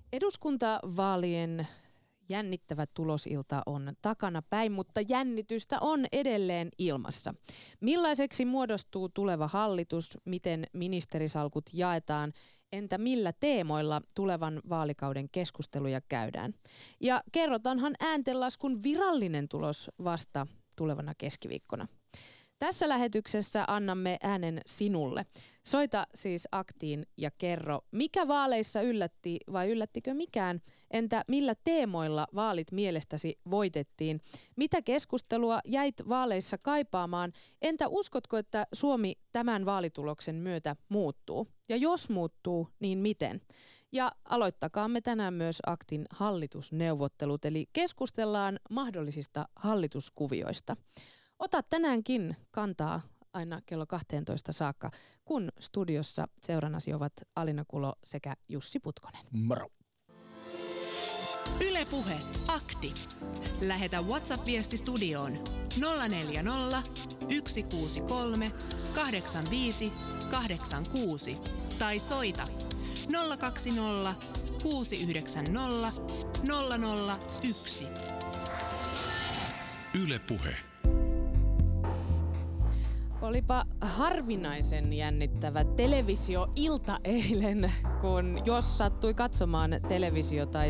Eduskuntavaalien jännittävä tulosilta on takana päin, mutta jännitystä on edelleen ilmassa. Millaiseksi muodostuu tuleva hallitus, miten ministerisalkut jaetaan, entä millä teemoilla tulevan vaalikauden keskusteluja käydään? Ja kerrotaanhan ääntenlaskun virallinen tulos vasta tulevana keskiviikkona. Tässä lähetyksessä annamme äänen sinulle. Soita siis aktiin ja kerro, mikä vaaleissa yllätti vai yllättikö mikään? Entä millä teemoilla vaalit mielestäsi voitettiin? Mitä keskustelua jäit vaaleissa kaipaamaan? Entä uskotko, että Suomi tämän vaalituloksen myötä muuttuu? Ja jos muuttuu, niin miten? Ja aloittakaamme tänään myös aktin hallitusneuvottelut, eli keskustellaan mahdollisista hallituskuvioista. Ota tänäänkin kantaa aina kello 12 saakka, kun studiossa seurannasi ovat Alina Kulo sekä Jussi Putkonen. Moro! Yle Puhe, akti. Lähetä WhatsApp-viesti studioon 040 163 85 86 tai soita 020 690 001. Yle Puhe. Olipa harvinaisen jännittävä televisioilta eilen, kun jos sattui katsomaan televisiota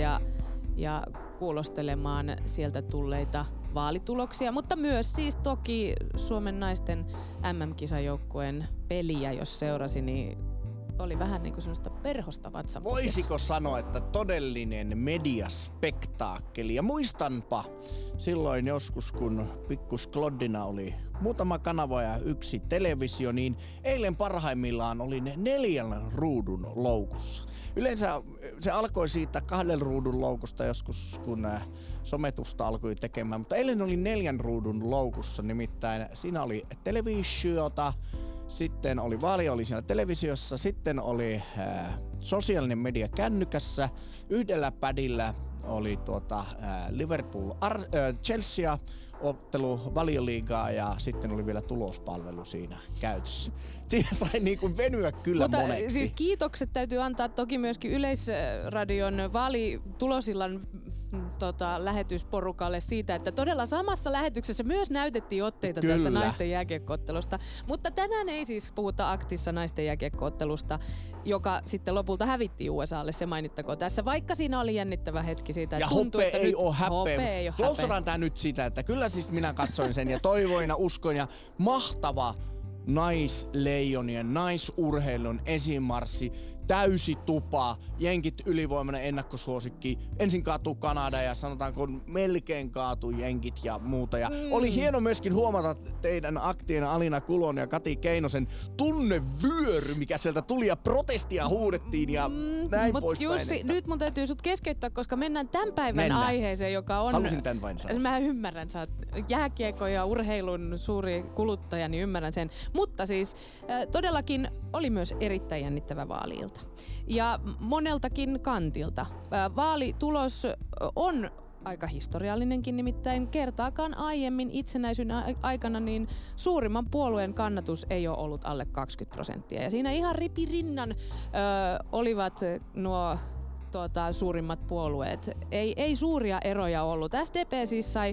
ja kuulostelemaan sieltä tulleita vaalituloksia, mutta myös siis toki Suomen naisten MM-kisajoukkueen peliä, jos seurasi, niin oli vähän niin kuin semmoista perhosta vatsaputkessa. Voisiko sanoa, että todellinen mediaspektaakkeli? Ja muistanpa silloin joskus, kun pikkus Kloddina oli muutama kanava ja yksi televisio, niin eilen parhaimmillaan olin 4 ruudun loukussa. Yleensä se alkoi siitä 2 ruudun loukusta joskus, kun sometusta alkoi tekemään, mutta eilen oli 4 ruudun loukussa, nimittäin siinä oli televisiota, sitten oli vaali oli siinä televisiossa, sitten oli sosiaalinen media kännykässä, yhdellä pädillä oli Liverpool Chelsea ottelu Valioliigaa ja sitten oli vielä tulospalvelu siinä käytössä. Siinä sai niinku venyä kyllä mutta moneksi. Siis kiitokset täytyy antaa toki myöskin Yleisradion vaalitulosillan lähetysporukalle siitä, että todella samassa lähetyksessä myös näytettiin otteita kyllä tästä naisten jääkiekko-ottelusta. Mutta tänään ei siis puhuta aktissa naisten jääkiekko-ottelusta, joka sitten lopulta hävitti USAlle, se mainittakoon tässä. Vaikka siinä oli jännittävä hetki siitä, että ja tuntui, että ei ole häpeä. Klausataan tää nyt sitä, että kyllä siis minä katsoin sen ja toivoin ja uskoin ja mahtava naisleijonien, naisurheilun esimarssi, täysi tupa, jenkit ylivoimainen ennakkosuosikki, ensin kaatui Kanada ja sanotaanko melkein kaatui jenkit ja muuta. Ja oli hieno myöskin huomata teidän aktien Alina Kulon ja Kati Keinosen tunnevyöry, mikä sieltä tuli ja protestia huudettiin ja näin poispäin. Jussi, että nyt mun täytyy sut keskeyttää, koska mennään tämän päivän aiheeseen, joka on... Halusin tän vain sanoa. Mä ymmärrän, sä oot jääkiekko ja urheilun suuri kuluttaja, niin ymmärrän sen. Mutta siis todellakin oli myös erittäin jännittävä vaali-ilta. Ja moneltakin kantilta. Vaalitulos on aika historiallinenkin, nimittäin kertaakaan aiemmin itsenäisyyden aikana niin suurimman puolueen kannatus ei ole ollut alle 20%. Ja siinä ihan ripirinnan olivat nuo suurimmat puolueet. Ei suuria eroja ollut. SDP siis sai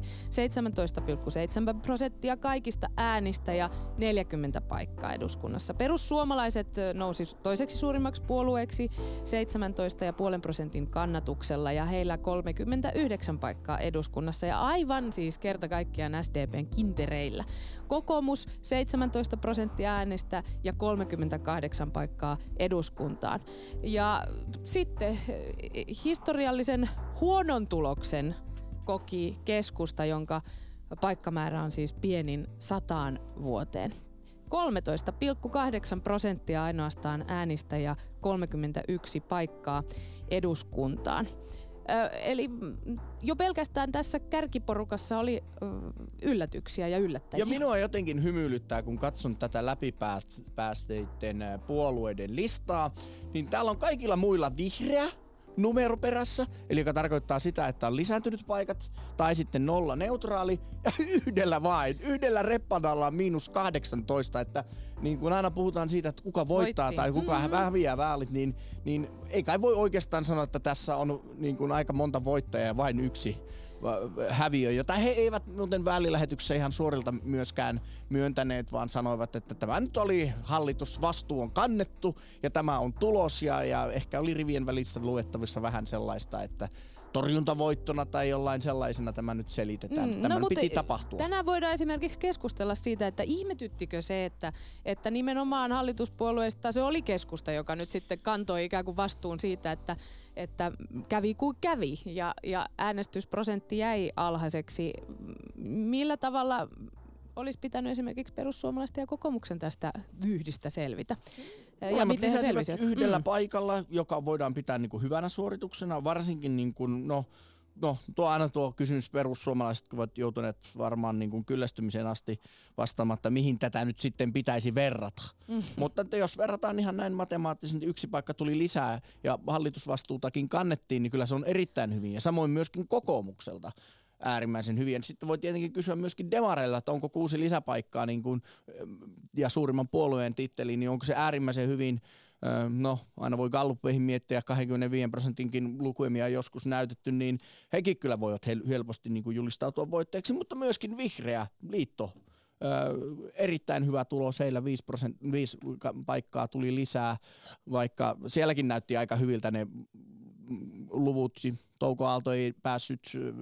17,7% kaikista äänistä ja 40 paikkaa eduskunnassa. Perussuomalaiset nousi toiseksi suurimmaksi puolueeksi 17,5% kannatuksella ja heillä 39 paikkaa eduskunnassa ja aivan siis kerta kaikkiaan SDPn kintereillä. Kokoomus 17% äänistä ja 38 paikkaa eduskuntaan. Ja sitten historiallisen huonon tuloksen koki keskusta, jonka paikkamäärä on siis pienin 100 vuoteen. 13,8% ainoastaan äänistä ja 31 paikkaa eduskuntaan. Eli jo pelkästään tässä kärkiporukassa oli yllätyksiä ja yllättäjiä. Ja minua jotenkin hymyilyttää, kun katson tätä läpipäästeiden puolueiden listaa, niin täällä on kaikilla muilla vihreä, numeroperässä, eli joka tarkoittaa sitä, että on lisääntynyt paikat, tai sitten 0 neutraali, ja yhdellä reppanalla on -18, että niin kun aina puhutaan siitä, että kuka voittaa tai kuka häviää vaalit, niin ei kai voi oikeastaan sanoa, että tässä on niin kun aika monta voittajaa ja vain yksi häviö, jota he eivät muuten välilähetyksessä ihan suorilta myöskään myöntäneet, vaan sanoivat, että tämä nyt oli hallitusvastuu on kannettu ja tämä on tulos ja ehkä oli rivien välissä luettavissa vähän sellaista, että torjuntavoittona tai jollain sellaisena tämä nyt selitetään. Tämän piti tapahtua. Tänään voidaan esimerkiksi keskustella siitä, että ihmetyttikö se, että nimenomaan hallituspuolueista se oli keskusta, joka nyt sitten kantoi ikään kuin vastuun siitä, että kävi kuin kävi ja äänestysprosentti jäi alhaiseksi. Millä tavalla olisi pitänyt esimerkiksi perussuomalaisten ja kokoomuksen tästä vyyhdistä selvitä? Ja miten he selvisivät? Yhdellä paikalla, joka voidaan pitää niin kuin hyvänä suorituksena, varsinkin niin kuin, tuo kysymys perussuomalaiset ovat joutuneet varmaan niin kuin kyllästymiseen asti vastaamatta, mihin tätä nyt sitten pitäisi verrata. Mutta jos verrataan ihan näin matemaattisesti, yksi paikka tuli lisää ja hallitusvastuutakin kannettiin, niin kyllä se on erittäin hyvin. Ja samoin myöskin kokoomukselta äärimmäisen hyvin. Sitten voi tietenkin kysyä myöskin demareilla, että onko 6 lisäpaikkaa niin kuin, ja suurimman puolueen titteli, niin onko se äärimmäisen hyvin. Aina voi galluppeihin miettiä 25% lukemia joskus näytetty, niin hekin kyllä voivat helposti niin kuin julistautua voitteeksi, mutta myöskin Vihreä liitto. Erittäin hyvä tulos, heillä 5 paikkaa tuli lisää, vaikka sielläkin näytti aika hyviltä ne luvut. Touko Aalto ei päässyt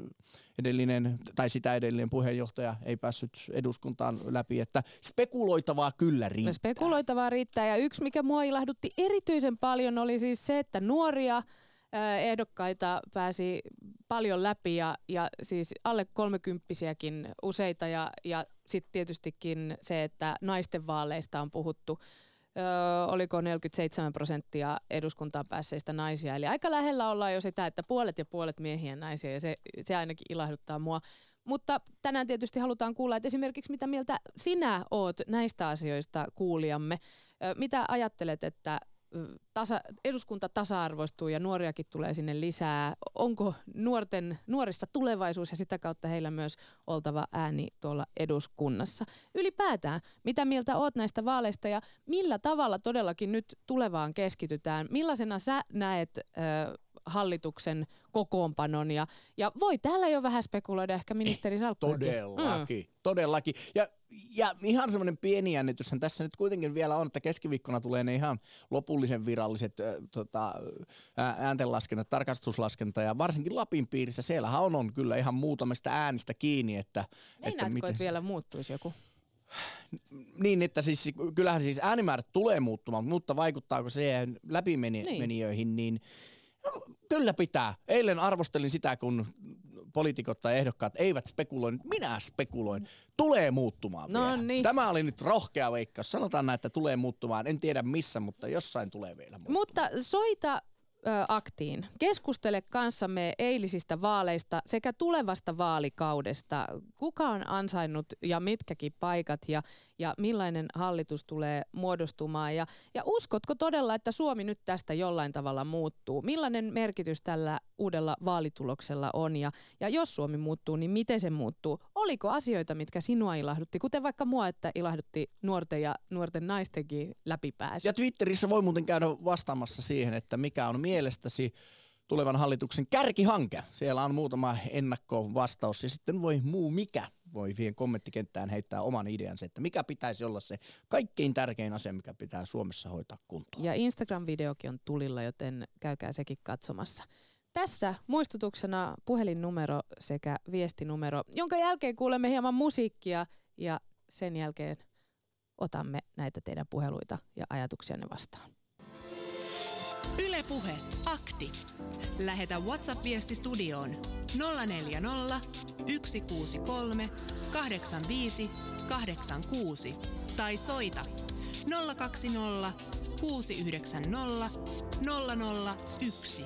sitä edellinen puheenjohtaja ei päässyt eduskuntaan läpi, että spekuloitavaa kyllä riittää. Spekuloitavaa riittää ja yksi mikä mua ilahdutti erityisen paljon oli siis se, että nuoria ehdokkaita pääsi paljon läpi ja siis alle 30-vuotiaitakin useita ja sitten tietystikin se, että naisten vaaleista on puhuttu. Oliko 47% eduskuntaan päässeistä naisia. Eli aika lähellä ollaan jo sitä, että puolet miehiä naisia ja se ainakin ilahduttaa mua. Mutta tänään tietysti halutaan kuulla, että esimerkiksi mitä mieltä sinä oot näistä asioista kuulijamme. Mitä ajattelet, että eduskunta tasa-arvoistuu ja nuoriakin tulee sinne lisää? Onko nuorissa tulevaisuus ja sitä kautta heillä myös oltava ääni tuolla eduskunnassa? Ylipäätään, mitä mieltä oot näistä vaaleista ja millä tavalla todellakin nyt tulevaan keskitytään? Millaisena sä näet hallituksen kokoonpanon ja voi täällä jo vähän spekuloida ehkä ministeri Salkkuakin. Todellakin. Ja ihan semmoinen pieni jännityshän tässä nyt kuitenkin vielä on, että keskiviikkona tulee ne ihan lopullisen viralliset ääntenlaskennat, tarkastuslaskenta ja varsinkin Lapin piirissä siellähän on kyllä ihan muutamista äänistä kiinni. Meinaatko, että vielä muuttuisi joku? Niin, että siis kyllähän siis äänimäärät tulee muuttumaan, mutta vaikuttaako se läpimenijöihin, niin kyllä pitää. Eilen arvostelin sitä, kun poliitikot tai ehdokkaat eivät spekuloin. Minä spekuloin. Tulee muuttumaan vielä. Niin. Tämä oli nyt rohkea veikkaus. Sanotaan näin, että tulee muuttumaan. En tiedä missä, mutta jossain tulee vielä muuttumaan. Mutta soita aktiin. Keskustele kanssamme eilisistä vaaleista sekä tulevasta vaalikaudesta. Kuka on ansainnut ja mitkäkin paikat ja millainen hallitus tulee muodostumaan. Ja uskotko todella, että Suomi nyt tästä jollain tavalla muuttuu? Millainen merkitys tällä uudella vaalituloksella on? Ja jos Suomi muuttuu, niin miten se muuttuu? Oliko asioita, mitkä sinua ilahdutti? Kuten vaikka mua, että ilahdutti nuorten ja nuorten naistenkin läpipääsy. Ja Twitterissä voi muuten käydä vastaamassa siihen, että mikä on mielestäsi tulevan hallituksen kärkihanke. Siellä on muutama ennakkovastaus ja sitten voi siihen kommenttikenttään heittää oman ideansa, että mikä pitäisi olla se kaikkein tärkein asia, mikä pitää Suomessa hoitaa kuntoon. Ja Instagram-videokin on tulilla, joten käykää sekin katsomassa. Tässä muistutuksena puhelinnumero sekä viestinumero, jonka jälkeen kuulemme hieman musiikkia ja sen jälkeen otamme näitä teidän puheluita ja ajatuksianne vastaan. Yle Puhe, akti. Lähetä WhatsApp-viesti studioon 040 163 85 86 tai soita 020 690 001.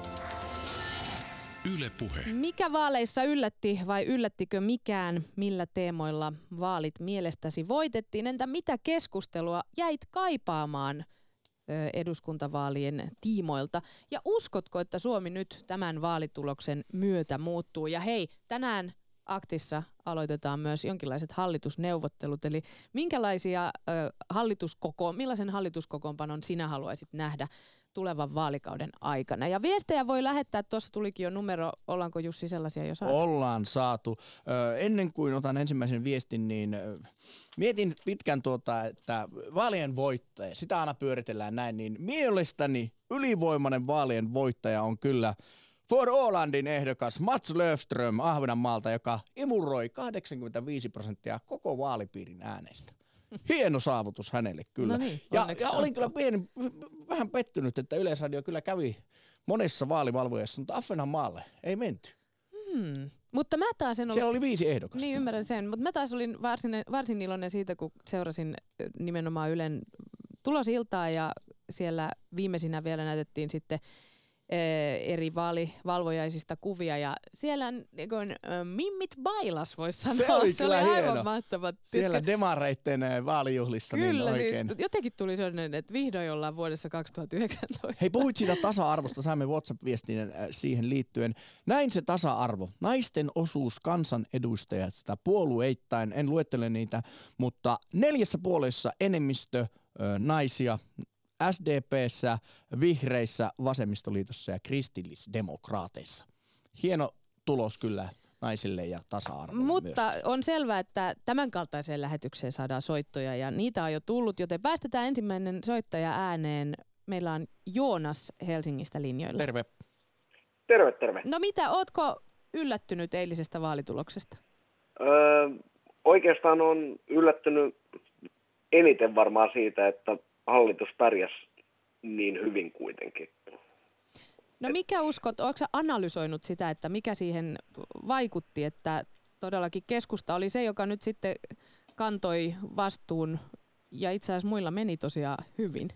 Yle Puhe. Mikä vaaleissa yllätti vai yllättikö mikään? Millä teemoilla vaalit mielestäsi voitettiin? Entä mitä keskustelua jäit kaipaamaan eduskuntavaalien tiimoilta. Ja uskotko, että Suomi nyt tämän vaalituloksen myötä muuttuu? Ja hei, tänään Aktissa aloitetaan myös jonkinlaiset hallitusneuvottelut, eli millaisen hallituskokoonpanon sinä haluaisit nähdä tulevan vaalikauden aikana? Ja viestejä voi lähettää, tuossa tulikin jo numero, ollaanko Jussi sellaisia jo saatu? Ollaan saatu. Ennen kuin otan ensimmäisen viestin, niin mietin pitkän että vaalien voittaja, sitä aina pyöritellään näin, niin mielestäni ylivoimainen vaalien voittaja on kyllä For Ålandin ehdokas Mats Löfström Ahvenanmaalta, joka imuroi 85% koko vaalipiirin äänestä. Hieno saavutus hänelle kyllä. No niin, ja olin kyllä vähän pettynyt, että Yleisradio kyllä kävi monessa vaalivalvojassa, mutta Ahvenanmaalle ei menty. Mutta mä taas en ollut... Siellä oli 5 ehdokasta. Niin, ymmärrän sen. Mutta mä taas olin varsin iloinen siitä, kun seurasin nimenomaan Ylen tulosiltaa ja siellä viimeisinä vielä näytettiin sitten eri vaalivalvojaisista kuvia ja siellä mimmit bailas, voisi sanoa. Se oli kyllä hieno. Aivan mahtava. Siellä demareitten vaalijuhlissa kyllä, niin oikein. Siis, jotenkin tuli sellainen, että vihdoin ollaan vuodessa 2019. Hei, puhuit siitä tasa-arvosta, saimme WhatsApp-viestin siihen liittyen. Näin se tasa-arvo. Naisten osuus kansanedustajasta puolueittain, en luettele niitä, mutta 4 puolueessa enemmistö naisia. SDP:ssä, Vihreissä, Vasemmistoliitossa ja kristillisdemokraateissa. Hieno tulos kyllä naisille ja tasa-arvolle Mutta myös. On selvää, että tämän kaltaiseen lähetykseen saadaan soittoja ja niitä on jo tullut, joten päästetään ensimmäinen soittaja ääneen. Meillä on Joonas Helsingistä linjoilla. Terve. Terve. No mitä, ootko yllättynyt eilisestä vaalituloksesta? Oikeastaan on yllättynyt eniten varmaan siitä, että hallitus pärjäsi niin hyvin kuitenkin. No mikä uskot, oletko sä analysoinut sitä, että mikä siihen vaikutti, että todellakin keskusta oli se, joka nyt sitten kantoi vastuun ja itse asiassa muilla meni tosiaan hyvin?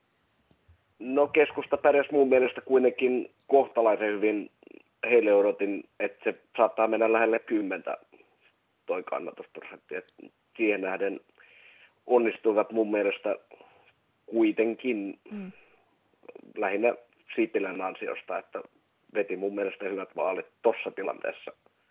No keskusta pärjäsi mun mielestä kuitenkin kohtalaisen hyvin. Heille odotin, että se saattaa mennä lähelle 10 toi kannatusprosentti. Siihen nähden onnistuivat mun mielestä kuitenkin lähinnä Sipilän ansiosta, että veti mun mielestä hyvät vaalit tuossa tilanteessa.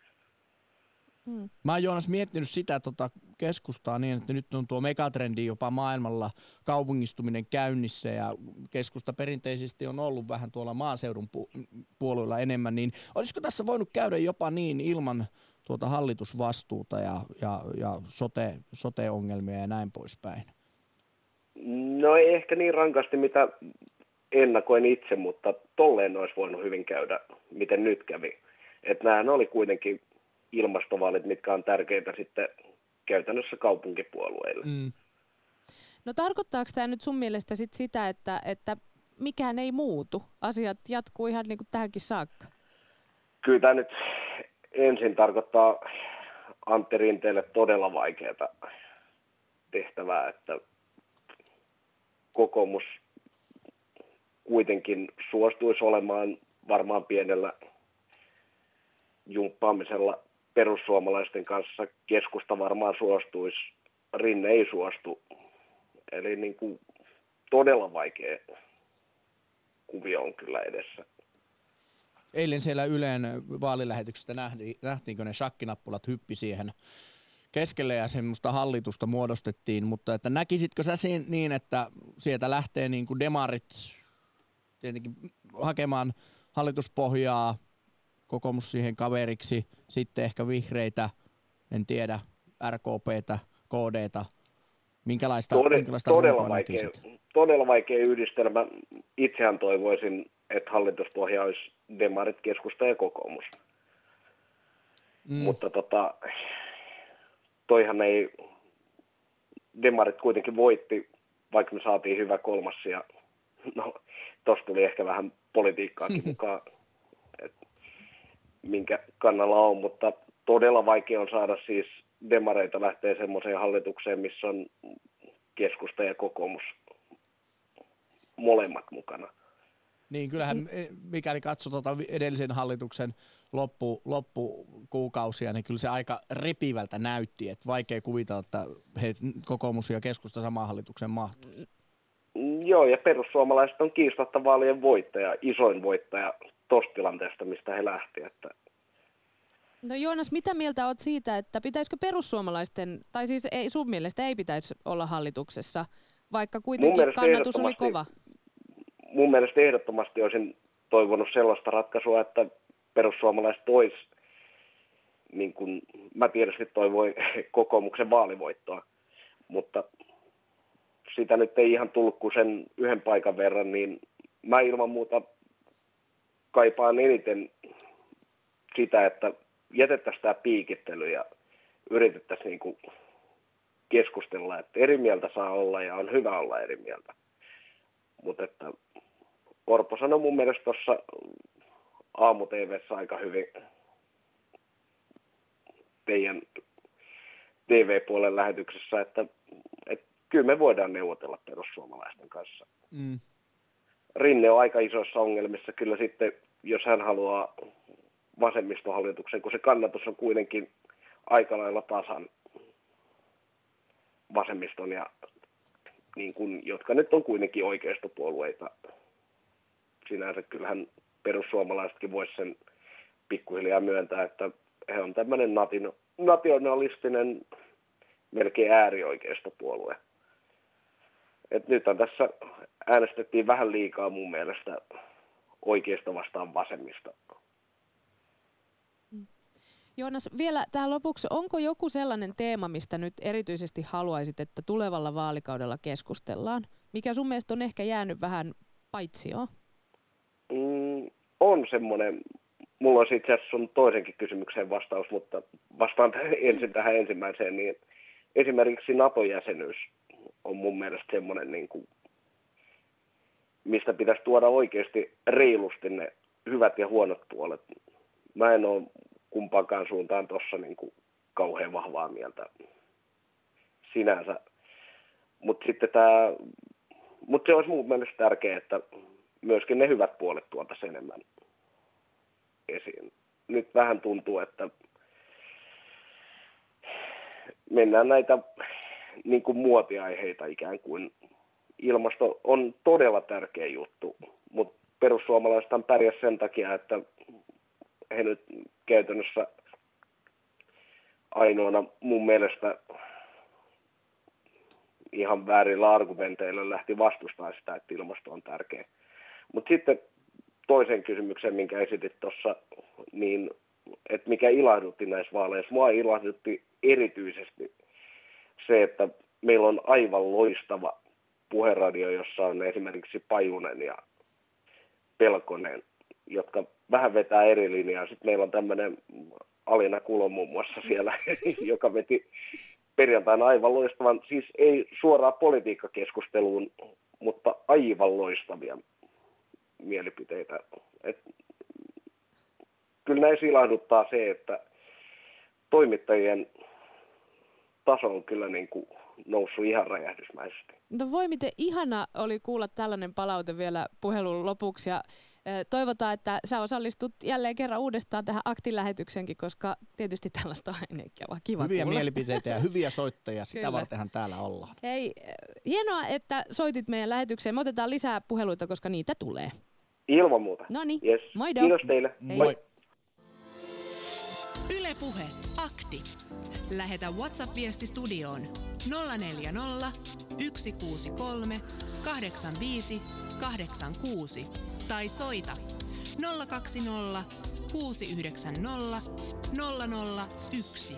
Mä oon Joonas miettinyt sitä keskustaa niin, että nyt on tuo megatrendi jopa maailmalla kaupungistuminen käynnissä ja keskusta perinteisesti on ollut vähän tuolla maaseudun puolueilla enemmän, niin olisiko tässä voinut käydä jopa niin ilman tuota hallitusvastuuta ja sote-ongelmia ja näin poispäin? No ei ehkä niin rankasti, mitä ennakoin itse, mutta tolleen olisi voinut hyvin käydä, miten nyt kävi. Että nämähän oli kuitenkin ilmastovaalit, mitkä on tärkeitä sitten käytännössä kaupunkipuolueille. No tarkoittaako tämä nyt sun mielestä sitä, että mikään ei muutu? Asiat jatkuu ihan niin kuin tähänkin saakka? Kyllä tämä nyt ensin tarkoittaa Antti Rinteelle todella vaikeaa tehtävää, että kokoomus kuitenkin suostuisi olemaan varmaan pienellä jumppaamisella perussuomalaisten kanssa. Keskusta varmaan suostuisi, Rinne ei suostu. Eli niin kuin todella vaikea kuvio on kyllä edessä. Eilen siellä Ylen vaalilähetyksestä nähtiinkö ne shakkinappulat hyppi siihen keskelle ja semmoista hallitusta muodostettiin, mutta että näkisitkö sä niin, että sieltä lähtee niin kuin demarit tietenkin hakemaan hallituspohjaa, kokoomus siihen kaveriksi, sitten ehkä vihreitä, en tiedä, RKP:tä, KD:tä, minkälaista todella vaikea yhdistelmä. Itsehän toivoisin, että hallituspohja olisi demarit, keskusta ja kokoomus. Mutta toihan ei, demarit kuitenkin voitti, vaikka me saatiin hyvä kolmas ja no, tossa tuli ehkä vähän politiikkaakin mukaan, että minkä kannalla on, mutta todella vaikea on saada siis demareita lähteä semmoiseen hallitukseen, missä on keskusta ja kokoomus molemmat mukana. Niin, kyllähän mikäli katsoo edellisen hallituksen loppukuukausia, niin kyllä se aika repivältä näytti, että vaikea kuvitella, että kokoomus ja keskusta samaan hallituksen mahtuisi. Joo, ja perussuomalaiset on kiistatta vaalien voittaja, isoin voittaja tuosta tilanteesta, mistä he lähti. Että No Joonas, mitä mieltä olet siitä, että pitäisikö perussuomalaisten, tai siis ei, sun mielestä ei pitäisi olla hallituksessa, vaikka kuitenkin kannatus oli kova? Mun mielestä ehdottomasti olisin toivonut sellaista ratkaisua, että perussuomalaiset olisi, niin kuin mä tietysti toivoin, kokoomuksen vaalivoittoa, mutta sitä nyt ei ihan tullut kuin sen yhden paikan verran, niin mä ilman muuta kaipaan eniten sitä, että jätettäisiin tämä piikittely ja yritettäisiin niin kuin keskustella, että eri mieltä saa olla ja on hyvä olla eri mieltä. Mutta että Orpo sanoi mun mielestä tuossa aamu-tv:ssä aika hyvin teidän TV-puolen lähetyksessä, että kyllä me voidaan neuvotella perussuomalaisten kanssa. Rinne on aika isoissa ongelmissa kyllä sitten, jos hän haluaa vasemmistohallituksen, kun se kannatus on kuitenkin aika lailla tasan vasemmiston ja niin kuin, jotka nyt on kuitenkin oikeistopuolueita. Sinänsä kyllähän perussuomalaisetkin voisi sen pikkuhiljaa myöntää, että he on tämmöinen nationalistinen, melkein äärioikeistopuolue. Et nythän tässä äänestettiin vähän liikaa mun mielestä oikeisto vastaan vasemmista. Joonas, vielä tähän lopuksi, onko joku sellainen teema, mistä nyt erityisesti haluaisit, että tulevalla vaalikaudella keskustellaan? Mikä sun mielestä on ehkä jäänyt vähän paitsioon? On semmoinen. Mulla on itse asiassa sun toisenkin kysymykseen vastaus, mutta vastaan ensin tähän ensimmäiseen. Niin esimerkiksi NATO-jäsenyys on mun mielestä semmoinen, niin kuin, mistä pitäisi tuoda oikeasti reilusti ne hyvät ja huonot puolet. Mä en ole kumpaankaan suuntaan tuossa niin kuin kauhean vahvaa mieltä sinänsä. Mutta sitten se olisi mun mielestä tärkeää, että myöskin ne hyvät puolet tuotaisiin enemmän esiin. Nyt vähän tuntuu, että mennään näitä niin kuin muotiaiheita ikään kuin. Ilmasto on todella tärkeä juttu, mutta perussuomalaiset pärjäs sen takia, että he nyt käytännössä ainoana mun mielestä ihan väärillä argumenteilla lähti vastustamaan sitä, että ilmasto on tärkeä. Mutta sitten toisen kysymyksen, minkä esitit tuossa, niin että mikä ilahdutti näissä vaaleissa. Mua ilahdutti erityisesti se, että meillä on aivan loistava puheradio, jossa on esimerkiksi Pajunen ja Pelkonen, jotka vähän vetää eri linjaa. Sitten meillä on tämmöinen Alina Kulo muun muassa siellä, joka veti perjantaina aivan loistavan, siis ei suoraan politiikkakeskusteluun, mutta aivan loistavia mielipiteitä. Kyllä näissä ilahduttaa se, että toimittajien taso on kyllä niin kuin noussut ihan räjähdysmäisesti. No voi miten ihana oli kuulla tällainen palaute vielä puhelun lopuksi ja toivotaan, että sä osallistut jälleen kerran uudestaan tähän Aktin-lähetykseenkin, koska tietysti tällaista on kiva hyviä kuulla. Mielipiteitä ja hyviä soittajia, sitä Kyllä. vartenhan täällä ollaan. Hei, hienoa, että soitit meidän lähetykseen. Me otetaan lisää puheluita, koska niitä tulee. Ilman muuta. Noniin, Yes. moido. Kiitos teille. Hei. Moi. Yle Puhe. Akti. Lähetä WhatsApp-viesti studioon 040 163 85 86 tai soita 020 690 001.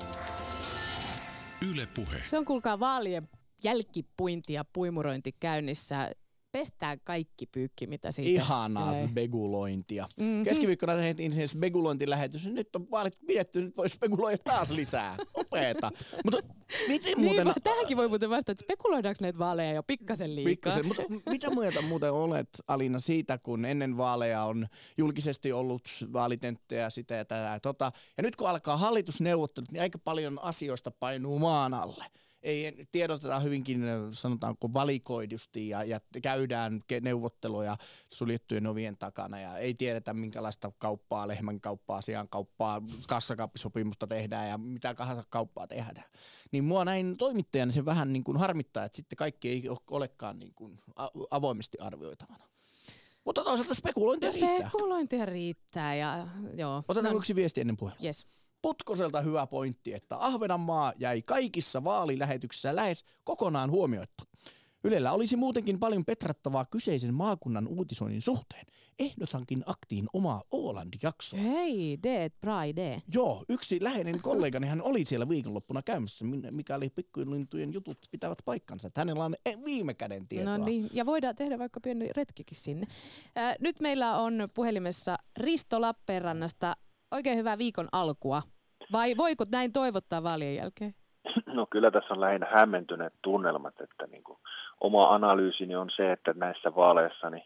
Yle Puhe. Se on kuulkaa vaalien jälkipuinti ja puimurointi käynnissä. Pestään kaikki pyykki, mitä siitä Ihanaa tulee. spegulointia. Mhm. Keskiviikkona tehtiin sen spegulointilähetys. Nyt on vaalit pidetty, nyt voi spekuloida taas lisää. Upeeta. Mutta miten muuten... Niin, tähänkin voi muuten vastata, että spekuloidaanko näitä vaaleja jo pikkasen liikaa? Pikkusen, mutta mitä mieltä muuten olet, Alina, siitä, kun ennen vaaleja on julkisesti ollut vaalitenttejä sitä ja tätä. Ja nyt kun alkaa hallitusneuvottelut, niin aika paljon asioista painuu maan alle. ei tiedotetaan hyvinkin, sanotaanko valikoidusti ja käydään neuvotteluja suljettujen ovien takana ja ei tiedetä minkälaista kauppaa, lehmän kauppaa, asian kauppaa, kassakaappisopimusta tehdään ja mitä tahansa kauppaa tehdään. Niin mua näin toimittajana se vähän niin kuin harmittaa, että sitten kaikki ei olekaan niin kuin avoimesti arvioitavana. Mutta toisaalta spekulointia riittää. Ja, joo. Otetaan yksi viesti ennen puhelua. Yes. Putkoselta hyvä pointti, että Ahvenanmaa jäi kaikissa vaalilähetyksissä lähes kokonaan huomioitta. Ylellä olisi muutenkin paljon petrattavaa kyseisen maakunnan uutisoinnin suhteen. Ehdotankin aktiin omaa Åland-jaksoa. Hei, det är ett bra idé. Joo, yksi läheinen kollegani hän oli siellä viikonloppuna käymässä, mikäli pikkulintujen jutut pitävät paikkansa. Että hänellä on viime käden tietoa. No niin, ja voidaan tehdä vaikka pieni retkikin sinne. Nyt meillä on puhelimessa Risto Lappeenrannasta. Oikein hyvää viikon alkua. Vai voiko näin toivottaa vaalien jälkeen? No kyllä tässä on lähinnä hämmentyneet tunnelmat, että niin kuin oma analyysini on se, että näissä vaaleissa niin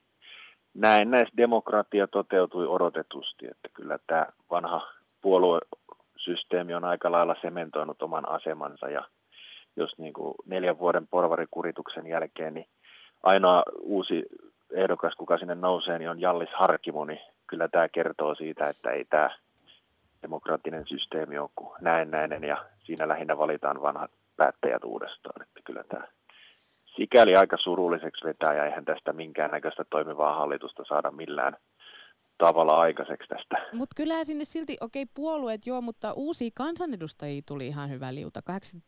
näissä demokratia toteutui odotetusti, että kyllä tämä vanha puoluesysteemi on aika lailla sementoinut oman asemansa ja jos niin kuin 4 vuoden porvarikurituksen jälkeen niin ainoa uusi ehdokas, kuka sinne nousee, niin on Hjallis Harkimo, niin kyllä tämä kertoo siitä, että ei tämä demokraattinen systeemi on kuin näennäinen ja siinä lähinnä valitaan vanhat päättäjät uudestaan. Että kyllä tämä sikäli aika surulliseksi vetää ja eihän tästä minkäännäköistä toimivaa hallitusta saada millään tavalla aikaiseksi tästä. Mutta kyllä sinne silti, puolueet joo, mutta uusia kansanedustajia tuli ihan hyvä liuta.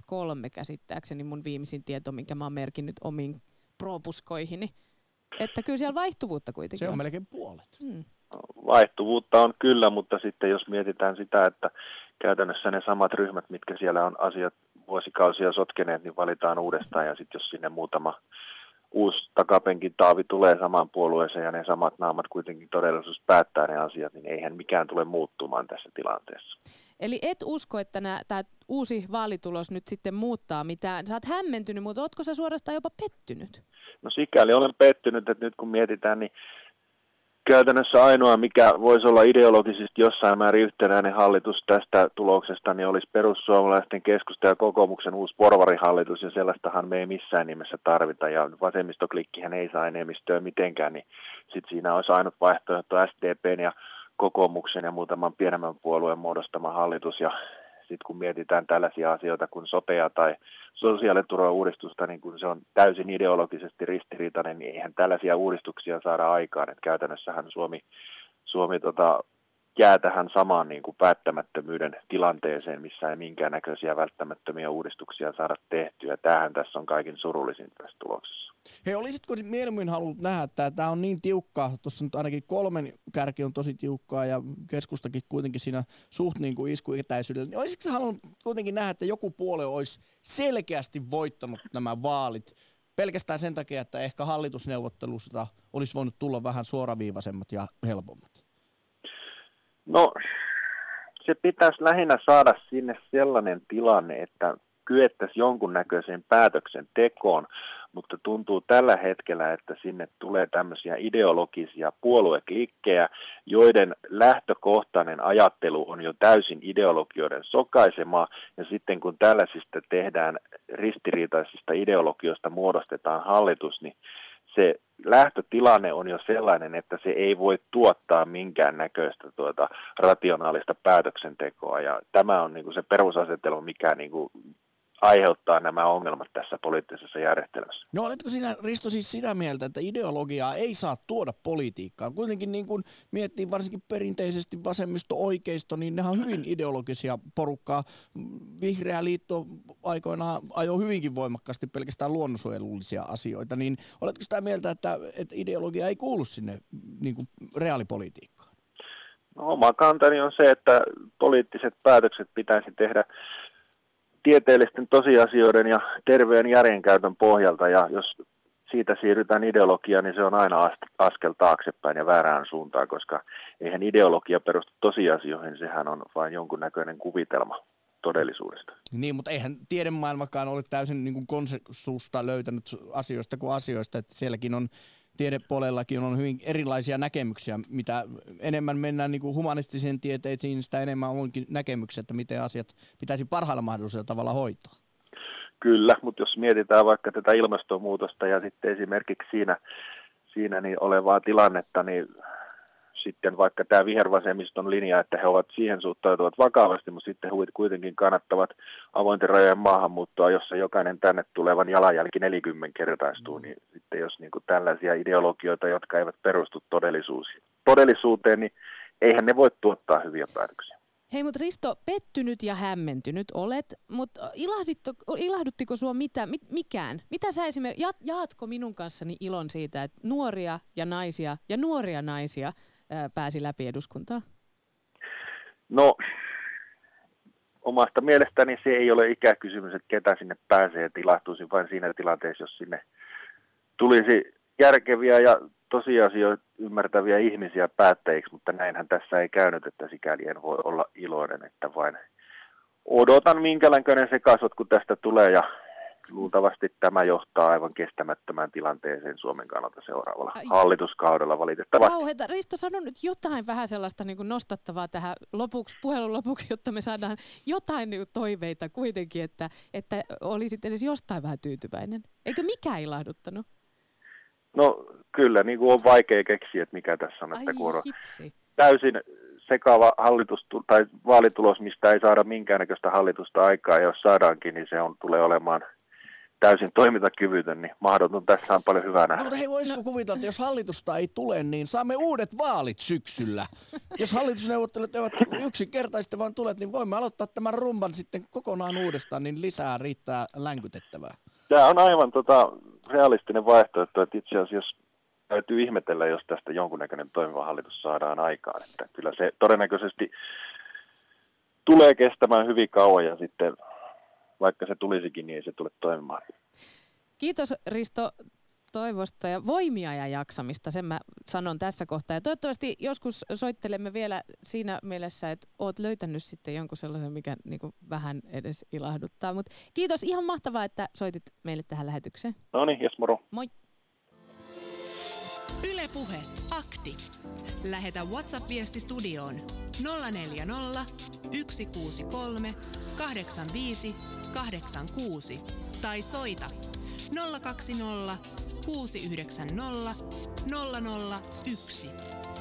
83 käsittääkseni mun viimeisin tieto, minkä mä oon merkinnyt omiin propuskoihini. Että kyllä siellä vaihtuvuutta kuitenkin se on melkein puolet. Vaihtuvuutta on kyllä, mutta sitten jos mietitään sitä, että käytännössä ne samat ryhmät, mitkä siellä on asiat vuosikausia sotkeneet, niin valitaan uudestaan ja sitten jos sinne muutama uusi takapenkin taavi tulee samaan puolueeseen ja ne samat naamat kuitenkin todellisuus päättää ne asiat, niin eihän mikään tule muuttumaan tässä tilanteessa. Eli et usko, että tämä uusi vaalitulos nyt sitten muuttaa mitään? Sä oot hämmentynyt, mutta ootko sä suorastaan jopa pettynyt? No sikäli olen pettynyt, että nyt kun mietitään, niin käytännössä ainoa, mikä voisi olla ideologisesti jossain määrin yhtenäinen hallitus tästä tuloksesta, niin olisi perussuomalaisten, keskusta ja kokoomuksen uusi porvarihallitus, ja sellaistahan me ei missään nimessä tarvita, ja vasemmistoklikkihän ei saa enemmistöä mitenkään, niin sitten siinä olisi ainut vaihtoehto SDPn ja kokoomuksen ja muutaman pienemmän puolueen muodostama hallitus, ja sitten kun mietitään tällaisia asioita kuin sotea tai sosiaaliturva-uudistusta, niin kun se on täysin ideologisesti ristiriitainen, niin eihän tällaisia uudistuksia saada aikaan. Et käytännössähän Suomi jää tähän samaan niin kuin päättämättömyyden tilanteeseen, missä ei minkäännäköisiä välttämättömiä uudistuksia saada tehtyä. Tämähän tässä on kaikin surullisin tässä tuloksessa. Hei, olisitko mieluummin halunnut nähdä, että tämä on niin tiukkaa, tuossa nyt ainakin 3 kärki on tosi tiukkaa ja keskustakin kuitenkin siinä suht niin kuin iskuetäisyydellä, niin olisitko halunnut kuitenkin nähdä, että joku puolue olisi selkeästi voittanut nämä vaalit pelkästään sen takia, että ehkä hallitusneuvottelusta olisi voinut tulla vähän suoraviivaisemmat ja helpommat? No, se pitäisi lähinnä saada sinne sellainen tilanne, että kyettäisiin jonkunnäköiseen päätöksentekoon, mutta tuntuu tällä hetkellä, että sinne tulee tämmöisiä ideologisia puolueklikkejä, joiden lähtökohtainen ajattelu on jo täysin ideologioiden sokaisemaa, ja sitten kun tällaisista tehdään ristiriitaisista ideologioista muodostetaan hallitus, niin se lähtötilanne on jo sellainen, että se ei voi tuottaa minkäännäköistä rationaalista päätöksentekoa, ja tämä on niinku se perusasetelma, mikä niinku aiheuttaa nämä ongelmat tässä poliittisessa järjestelmässä. No oletko sinä, Risto, siis sitä mieltä, että ideologiaa ei saa tuoda politiikkaan? Kuitenkin niin kuin miettii varsinkin perinteisesti vasemmisto-oikeisto, niin nehän on hyvin ideologisia porukkaa. Vihreä liitto aikoinaan ajoi hyvinkin voimakkaasti pelkästään luonnonsuojelullisia asioita, niin oletko sitä mieltä, että ideologia ei kuulu sinne niin kuin reaalipolitiikkaan? No, oma kantani on se, että poliittiset päätökset pitäisi tehdä tieteellisten tosiasioiden ja terveen järjenkäytön pohjalta, ja jos siitä siirrytään ideologiaan, niin se on aina askel taaksepäin ja väärään suuntaan, koska eihän ideologia perustu tosiasioihin, sehän on vain jonkunnäköinen kuvitelma todellisuudesta. Niin, mutta eihän tiedemaailmakaan ole täysin niin kuin konsensusta löytänyt asioista kuin asioista, että sielläkin on tiedepuolellakin on hyvin erilaisia näkemyksiä. Mitä enemmän mennään niin kuin humanistisiin tieteisiin, sitä enemmän onkin näkemyksiä, että miten asiat pitäisi parhaalla mahdollisella tavalla hoitaa. Kyllä, mutta jos mietitään vaikka tätä ilmastonmuutosta ja sitten esimerkiksi siinä niin olevaa tilannetta, niin sitten vaikka tämä vihervasemmiston linja, että he ovat siihen suhtautuvat vakavasti, mutta sitten he kuitenkin kannattavat avointen rajojen maahanmuuttoa, jossa jokainen tänne tulevan jalanjälki 40-kertaistuu, niin sitten jos niin kuin tällaisia ideologioita, jotka eivät perustu todellisuuteen, niin eihän ne voi tuottaa hyviä päätöksiä. Hei, mutta Risto, pettynyt ja hämmentynyt olet, mutta ilahduttiko sua mikään? Mitä sä esimerkiksi, jaatko minun kanssani ilon siitä, että nuoria naisia pääsi läpi eduskuntaan? No, omasta mielestäni se ei ole ikäkysymys, että ketä sinne pääsee, että ilahtuisin vain siinä tilanteessa, jos sinne tulisi järkeviä ja tosiasioita ymmärtäviä ihmisiä päättäjiksi, mutta näinhän tässä ei käynyt, että sikäli en voi olla iloinen, että vain odotan minkälainen sekasotku tästä tulee ja luultavasti tämä johtaa aivan kestämättömään tilanteeseen Suomen kannalta seuraavalla hallituskaudella valitettavasti. Kauheeta. Risto, sano nyt jotain vähän sellaista niin kuin nostattavaa tähän puhelun lopuksi, jotta me saadaan jotain niin kuin toiveita kuitenkin, että olisit edes jostain vähän tyytyväinen. Eikö mikään ilahduttanut? No kyllä, niin kuin on vaikea keksiä, että mikä tässä on, että kun on täysin sekava tai vaalitulos, mistä ei saada minkäännäköistä hallitusta aikaa, ja jos saadaankin, niin se tulee olemaan täysin toimintakyvytön, niin mahdoton tässä on paljon hyvää nähdä. No, mutta hei, voisiko kuvitella, että jos hallitusta ei tule, niin saamme uudet vaalit syksyllä. Jos hallitusneuvottelut eivät yksinkertaisesti vaan tulet, niin voimme aloittaa tämän rumban sitten kokonaan uudestaan, niin lisää riittää länkytettävää. Tämä on aivan realistinen vaihtoehto, että itse asiassa täytyy ihmetellä, jos tästä jonkunnäköinen toimiva hallitus saadaan aikaan. Että kyllä se todennäköisesti tulee kestämään hyvin kauan ja sitten vaikka se tulisikin, niin ei se tule toimimaan. Kiitos Risto toivosta ja voimia ja jaksamista, sen mä sanon tässä kohtaa. Ja toivottavasti joskus soittelemme vielä siinä mielessä, että oot löytänyt sitten jonkun sellaisen, mikä niinku vähän edes ilahduttaa. Mut kiitos, ihan mahtavaa, että soitit meille tähän lähetykseen. No niin, jes moro. Moi. Yle Puhe, akti. Lähetä WhatsApp-viesti studioon 040 163 85 86 tai soita 020 690 001.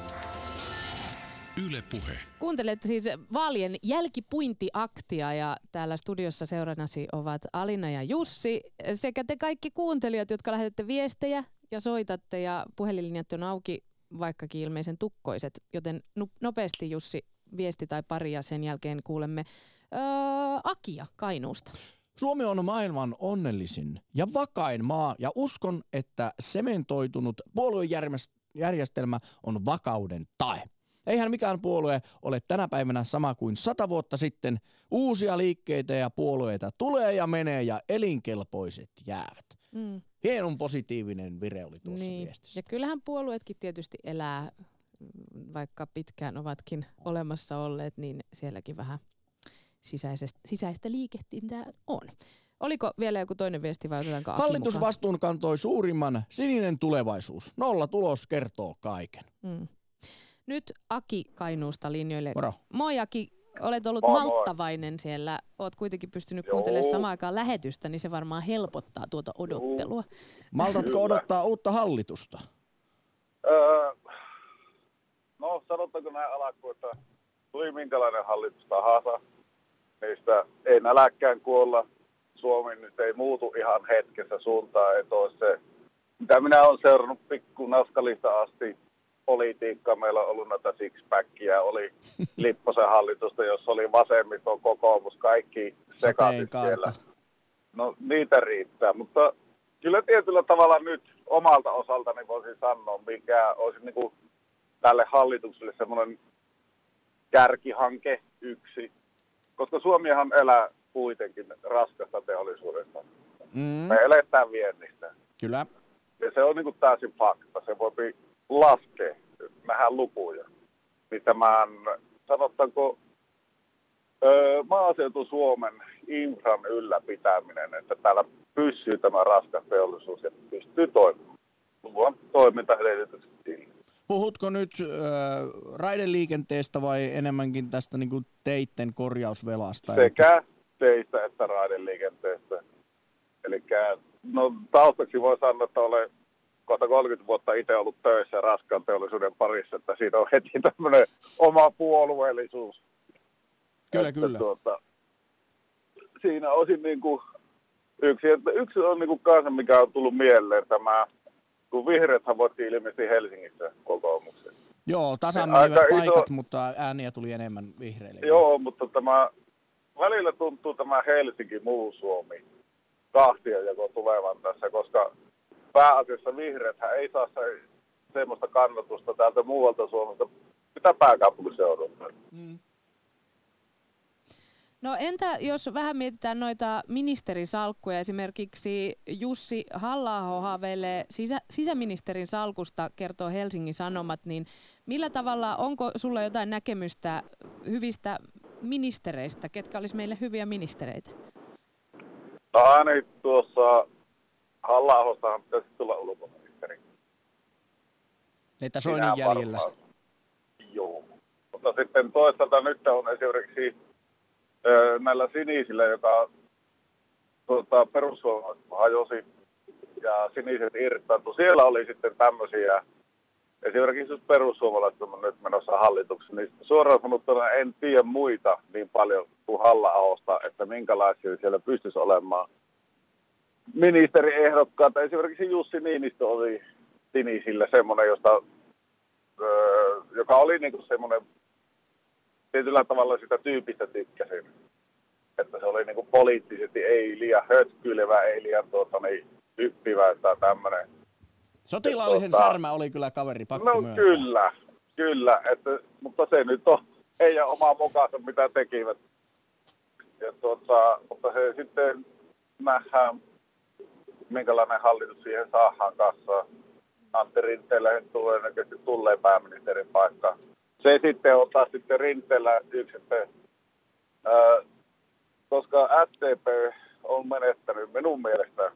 Yle Puhe. Kuuntelet siis vaalien jälkipuintiaktia ja täällä studiossa seurannasi ovat Alina ja Jussi sekä te kaikki kuuntelijat, jotka lähetätte viestejä ja soitatte ja puhelinlinjat on auki, vaikkakin ilmeisen tukkoiset, joten nopeasti Jussi viesti tai pari ja sen jälkeen kuulemme Akia Kainuusta. Suomi on maailman onnellisin ja vakain maa ja uskon, että sementoitunut puoluejärjestelmä on vakauden tae. Eihän mikään puolue ole tänä päivänä sama kuin 100 vuotta sitten. Uusia liikkeitä ja puolueita tulee ja menee ja elinkelpoiset jäävät. Hienon positiivinen vire oli tuossa viestissä. Ja kyllähän puolueetkin tietysti elää, vaikka pitkään ovatkin olemassa olleet, niin sielläkin vähän sisäistä liikehtintää on. Oliko vielä joku toinen viesti vai otetaanko Aki Hallitusvastuun kantoi suurimman sininen tulevaisuus. 0 tulos kertoo kaiken. Nyt Aki Kainuusta linjoille. Moro. Moi Aki, olet ollut malttavainen siellä. Olet kuitenkin pystynyt kuuntelemaan samaan aikaan lähetystä, niin se varmaan helpottaa tuota odottelua. Maltatko odottaa uutta hallitusta? No sanotaanko näin alkuun, että tuli minkälainen hallitus tahansa. Niistä ei näläkään kuolla. Suomi nyt ei muutu ihan hetkessä suuntaan. Että se, mitä minä olen seurannut pikku naskalista asti politiikkaa. Meillä on ollut näitä six-packia, oli Lipposen hallitusta, jossa oli vasemmisto, kokoomus, kaikki sekaisin siellä. No niitä riittää, mutta kyllä tietyllä tavalla nyt omalta osaltani voisin sanoa, mikä olisi niin kuin tälle hallitukselle semmoinen kärkihanke yksi, koska Suomihan elää kuitenkin raskasta teollisuudesta. Me eletään viennistä. Kyllä. Ja se on niin kuin täysin fakta. Se voi laskea, nähdään lukuja. Niin tämän, sanotaanko, maaseutu Suomen infran ylläpitäminen, että täällä pysyy tämä raskas teollisuus ja pystyy toimimaan. Luvan toimintaedellytykset sille. Puhutko nyt raideliikenteestä vai enemmänkin tästä niin kuin teitten korjausvelasta? Sekä teistä että raideliikenteestä. Eli no, taustaksi voi sanoa, että olen kohta 30 vuotta itse ollut töissä raskaan teollisuuden parissa, että siinä on heti tämmöinen oma puolueellisuus. Kyllä, että, kyllä. Siinä osin niin kuin yksi on niin kuin kanssa, mikä on tullut mieleen tämä, kun vihreäthän voitti ilmeisesti Helsingissä kokoomuksen. Joo, tasan menivät paikat, mutta ääniä tuli enemmän vihreille. Joo, mutta tämä välillä tuntuu tämä Helsinki, muu Suomi kahtiajako tulevan tässä, koska pääasiassa vihreäthän ei saa semmoista kannatusta täältä muualta Suomesta, mitä pääkaupunkiseudulta. No entä jos vähän mietitään noita ministerisalkkuja, esimerkiksi Jussi Halla-aho haaveilee sisäministerin salkusta, kertoo Helsingin Sanomat, niin millä tavalla, onko sulla jotain näkemystä hyvistä ministereistä, ketkä olisi meille hyviä ministereitä? No aina tuossa Halla-ahostahan pitäisi tulla ulkoministeri. Että Soinin jäljellä. Joo, mutta sitten toisaalta nyt on esimerkiksi näillä sinisillä, joka perussuomalaiset hajosi ja siniset irtaantui. Siellä oli sitten tämmöisiä, esimerkiksi jos perussuomalaiset on nyt menossa hallitukseen, niin suoraan sanottuna en tiedä muita niin paljon kuin Halla-ahosta, että minkälaisia siellä pystyisi olemaan ministeriehdokkaita. Esimerkiksi Jussi Niinistö oli sinisillä semmoinen, joka oli niinku semmoinen, tietyllä tavalla sitä tyypistä tykkäsin. Että se oli niinku poliittisesti ei liian hötkyilevä, ei liian hyppivä tai tämmöinen. Sotilaallisen särmä oli kyllä kaveri, pakko myöntää. Kyllä, mutta se nyt on heidän oma mokansa, mitä tekivät. Ja mutta se sitten nähdään, minkälainen hallitus siihen saadaan kassaan. Antti Rinteelle todennäköisesti tulee pääministerin paikka. Se sitten on taas sitten Rinteellä yksi, että koska SDP on menettänyt minun mielestä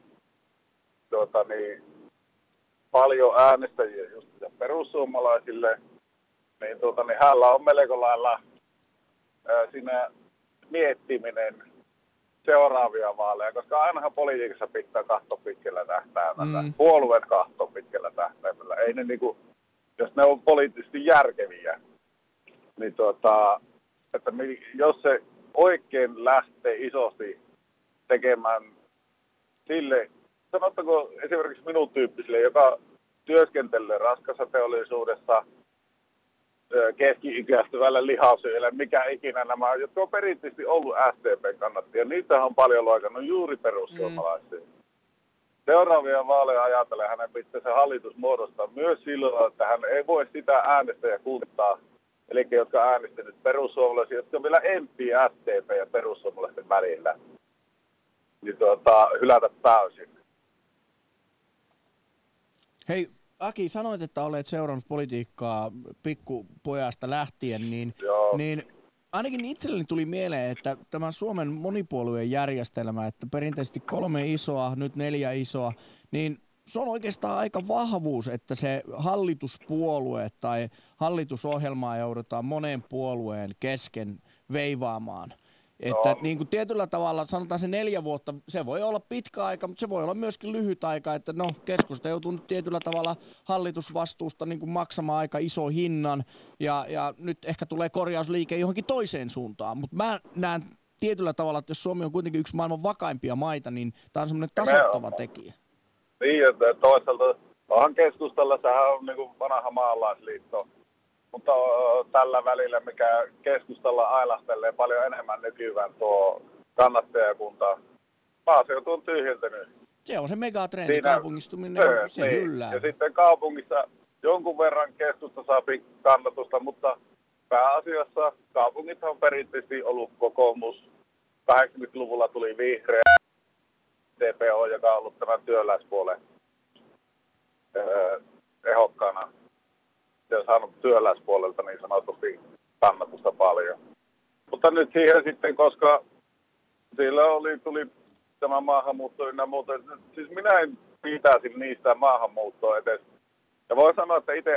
paljon äänestäjiä just perussuomalaisille, niin hänellä on melko lailla siinä miettiminen seuraavia vaaleja, koska ainahan politiikassa pitää katsoa pitkällä tähtäimellä, puolueen katsoa pitkällä tähtäimellä. Ei ne niinku, jos ne on poliittisesti järkeviä, niin että jos se oikein lähtee isosti tekemään sille, sanottako esimerkiksi minun tyyppisille, joka työskentelee raskassa teollisuudessa, keski-ikäistyvällä lihasyöllä, mikä ikinä nämä, jotka on perinteisesti ollut SDPn kannattajia, niitä on paljon loikannut juuri perussuomalaisia. Seuraavia vaaleja ajatellen hänen pitäisi hallitus muodostaa myös silloin, että hän ei voi sitä äänestäjäkuntaa, eli jotka äänestänyt perussuomalaisia, jotka on vielä empii SDP ja perussuomalaisten välillä, niin hylätä täysin. Hei, Aki, sanoit, että olet seurannut politiikkaa pikkupojasta lähtien, niin ainakin itselleni tuli mieleen, että tämä Suomen monipuolueen järjestelmä, että perinteisesti 3 isoa, nyt 4 isoa, niin se on oikeastaan aika vahvuus, että se hallituspuolue tai hallitusohjelmaa joudutaan monen puolueen kesken veivaamaan. Että niin kuin tietyllä tavalla, sanotaan se 4 vuotta, se voi olla pitkä aika, mutta se voi olla myöskin lyhyt aika, että no keskusta joutuu nyt tietyllä tavalla hallitusvastuusta niin kuin maksamaan aika iso hinnan ja nyt ehkä tulee korjausliike johonkin toiseen suuntaan, mutta mä näen tietyllä tavalla, että jos Suomi on kuitenkin yksi maailman vakaimpia maita, niin tämä on semmoinen tasoittava tekijä. Niin, että toisaalta onhan keskustalla, sehän on niin kuin vanha maalaisliitto. Mutta tällä välillä, mikä keskustalla ailahtelee paljon enemmän nykyään tuo kannattajakunta, maaseutu on tyhjentynyt. Se on se megatrendi, kaupungistuminen, se hyllää. Ja sitten kaupungissa jonkun verran keskusta saa kannatusta, mutta pääasiassa kaupungit on perinteisesti ollut kokoomus. 80-luvulla tuli vihreä TPO, joka on ollut tämän työläispuolen ehokkaana. Se on saanut työläispuolelta niin sanotusti kannatusta paljon. Mutta nyt siihen sitten, koska siellä tuli tämä maahanmuutto ynnä muuta. Siis minä en pitäisi niistä maahanmuuttoa edes. Ja voin sanoa, että itse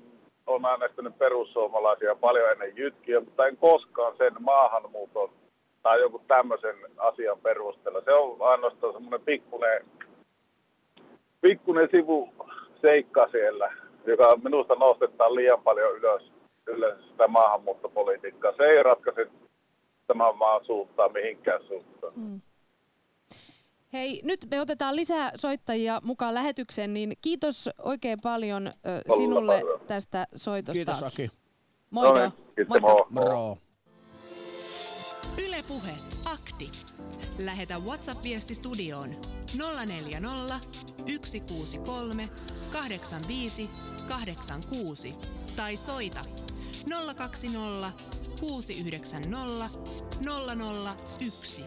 olen äänestänyt perussuomalaisia paljon ennen jytkiä, mutta en koskaan sen maahanmuuton tai jonkun tämmöisen asian perusteella. Se on ainoastaan semmoinen pikkuinen sivuseikka siellä, joka minusta nostetaan liian paljon ylös sitä maahanmuuttopolitiikkaa. Se ei ratkaise tämän maan suuntaan mihinkään suuntaan. Hei, nyt me otetaan lisää soittajia mukaan lähetykseen, niin kiitos oikein paljon sinulle tästä soitosta. Kiitos Aki. Moido. No niin, Moro. Yle Puhe, akti. Lähetä WhatsApp-viesti studioon 040 163 85 86 tai soita 020 690 001.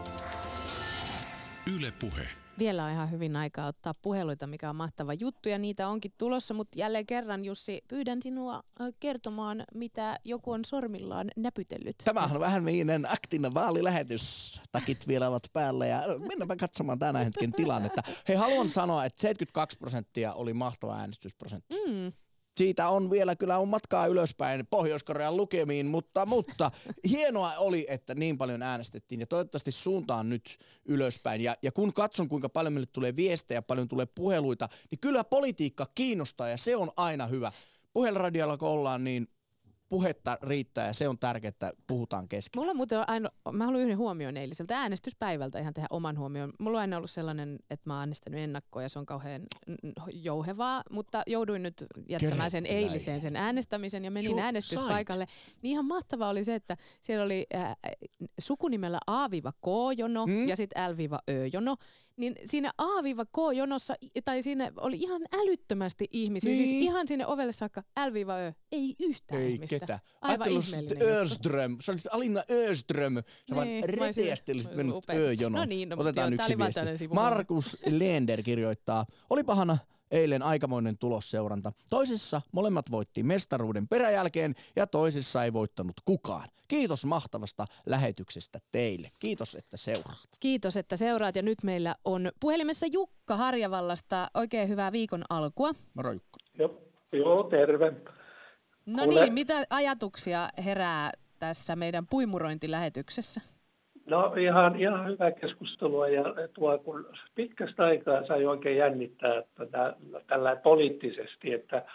Yle Puhe. Vielä on ihan hyvin aikaa ottaa puheluita, mikä on mahtava juttu ja niitä onkin tulossa, mutta jälleen kerran Jussi, pyydän sinua kertomaan, mitä joku on sormillaan näpytellyt. Tämähän on vähän meidän aktiivinen vaalilähetys. Takit vielä ovat päällä ja mennäänpä katsomaan tänä hetken tilannetta. Hei, haluan sanoa, että 72% oli mahtava äänestysprosentti. Siitä on vielä kyllä on matkaa ylöspäin Pohjois-Korean lukemiin, mutta hienoa oli, että niin paljon äänestettiin ja toivottavasti suuntaan nyt ylöspäin. Ja kun katson, kuinka paljon meille tulee viestejä, paljon tulee puheluita, niin kyllä politiikka kiinnostaa ja se on aina hyvä. Puhelinradiolla kun ollaan, niin puhetta riittää ja se on tärkeää, että puhutaan kesken. Mulla on muuten mä haluan yhden huomioon eiliseltä äänestyspäivältä ihan tehdä oman huomioon. Mulla on aina ollut sellainen, että mä oon äänestänyt ennakkoon ja se on kauhean jouhevaa, mutta jouduin nyt jättämään sen eiliseen sen äänestämisen ja menin äänestyspaikalle. Niin ihan mahtavaa oli se, että siellä oli sukunimellä A-K-jono ja sitten L-Ö-jono. Niin siinä A-K-jonossa, tai siinä oli ihan älyttömästi ihmisiä, siis ihan sinne ovelle saakka L-Ö, ei yhtään ihmistä. Ei ketään. Aivan ihmeellinen. Öström, se oli Alina Öström, sä vaan reteästi olisit mennyt Ö-jonoon. No niin, otetaan yksi viesti. Markus Lender kirjoittaa, olipahana eilen aikamoinen tulosseuranta. Toisessa molemmat voitti mestaruuden peräjälkeen ja toisessa ei voittanut kukaan. Kiitos mahtavasta lähetyksestä teille. Kiitos, että seuraat. Kiitos, että seuraat. Ja nyt meillä on puhelimessa Jukka Harjavallasta. Oikein hyvää viikon alkua. Moro Jukka. Joo, terve. No niin, mitä ajatuksia herää tässä meidän puimurointilähetyksessä? No ihan hyvää keskustelua ja kun pitkästä aikaa sai oikein jännittää tällä poliittisesti,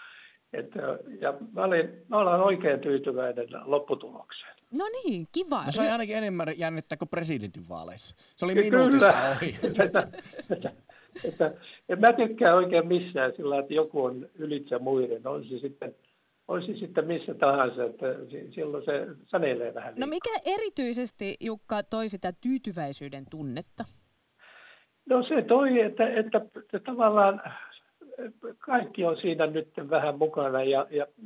ja mä olen oikein tyytyväinen lopputulokseen. No niin, kiva. No se oli ainakin enemmän jännittää kuin presidentinvaaleissa. Se oli minuutissa ohi. Mä tykkään oikein missään sillä, että joku on ylitse muiden. On se sitten missä tahansa, että silloin se sanelee vähän liikaa. No mikä erityisesti, Jukka, toi sitä tyytyväisyyden tunnetta? No se toi, että tavallaan kaikki on siinä nyt vähän mukana ja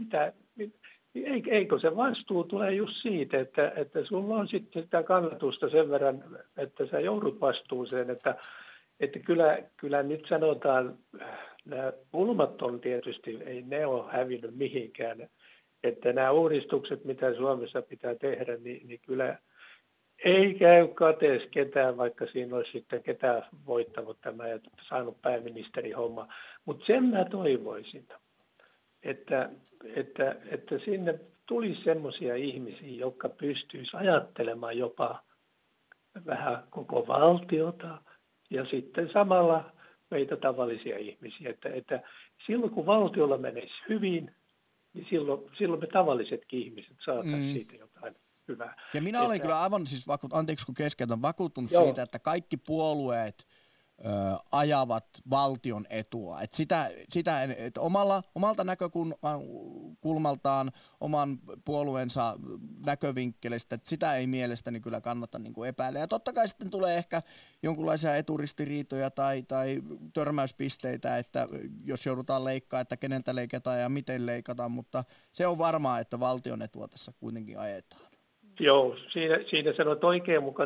eikö se vastuu tulee just siitä, että sulla on sitten sitä kannatusta sen verran, että sä joudut vastuuseen, että kyllä nyt sanotaan, nämä pulmat on tietysti, ei ne ole hävinnyt mihinkään, että nämä uudistukset, mitä Suomessa pitää tehdä, niin kyllä ei käy katees ketään, vaikka siinä olisi sitten ketään voittanut tämä ja saanut pääministerihomma. Mutta sen mä toivoisin, että sinne tulisi semmoisia ihmisiä, jotka pystyisivät ajattelemaan jopa vähän koko valtiota ja sitten samalla meitä tavallisia ihmisiä. Että silloin kun valtiolla menisi hyvin, niin silloin me tavallisetkin ihmiset saataisiin siitä jotain hyvää. Ja minä olen kyllä aivan siis anteeksi kun keskeytän, vakuuttunut siitä, että kaikki puolueet ajavat valtion etua. Että omalta näkökulmaltaan, oman puolueensa näkövinkkelistä, että sitä ei mielestäni kyllä kannata niin kuin epäillä. Ja totta kai sitten tulee ehkä jonkinlaisia eturistiriitoja tai törmäyspisteitä, että jos joudutaan leikkaa, että keneltä leikataan ja miten leikataan, mutta se on varmaa, että valtion etua tässä kuitenkin ajetaan. Joo, siinä sanot oikein, mutta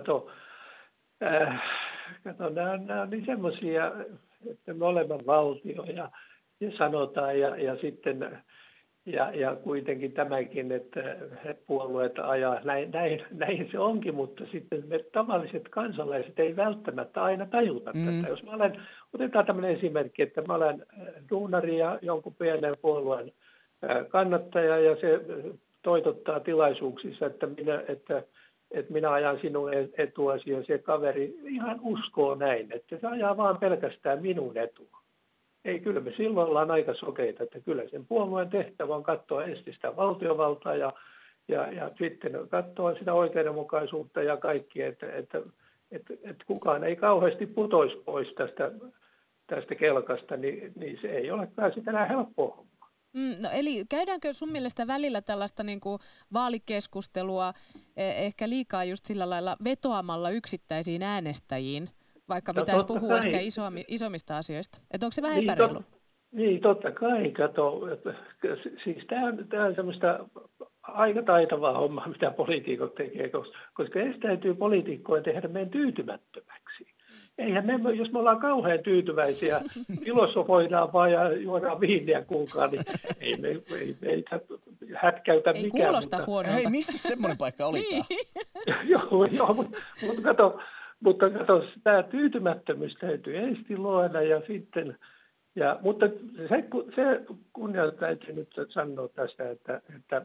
nämä on niin semmoisia, että me olemme valtio ja sanotaan ja sitten ja kuitenkin tämäkin, että puolueet ajaa, näin se onkin, mutta sitten me tavalliset kansalaiset ei välttämättä aina tajuta tätä. Jos otetaan tämmöinen esimerkki, että mä olen duunari ja jonkun pienen puolueen kannattaja ja se toitottaa tilaisuuksissa, että että minä ajan sinun etuasi ja se kaveri ihan uskoo näin, että se ajaa vaan pelkästään minun etua. Ei, kyllä me silloin ollaan aika sokeita, että kyllä sen puolueen tehtävä on katsoa ensin sitä valtiovaltaa ja sitten katsoa sitä oikeudenmukaisuutta ja kaikki, että kukaan ei kauheasti putoisi pois tästä kelkasta, niin se ei olekaan sitä enää helppoa hommaa. No eli käydäänkö sun mielestä välillä tällaista niin kuin vaalikeskustelua ehkä liikaa just sillä lailla vetoamalla yksittäisiin äänestäjiin, vaikka pitäisi puhua ehkä isommista asioista? Että onko se vähän epäreilu? Niin, totta kai. Kato, siis tämä on semmoista aika taitavaa hommaa, mitä poliitikot tekee, koska täytyy poliitikkojen tehdä meidän tyytymättömäksi. Eihän jos me ollaan kauhean tyytyväisiä, filosofoidaan vaan ja juodaan viiniä kuulkaa, niin ei meitä hätkäytä mikään. Ei kuulosta huonolta. Hei, missä semmoinen paikka olikaan? Joo, mutta kato, tämä tyytymättömyys täytyy ensin luoda ja sitten... mutta se kunnialta täytyy nyt sanoa tästä, että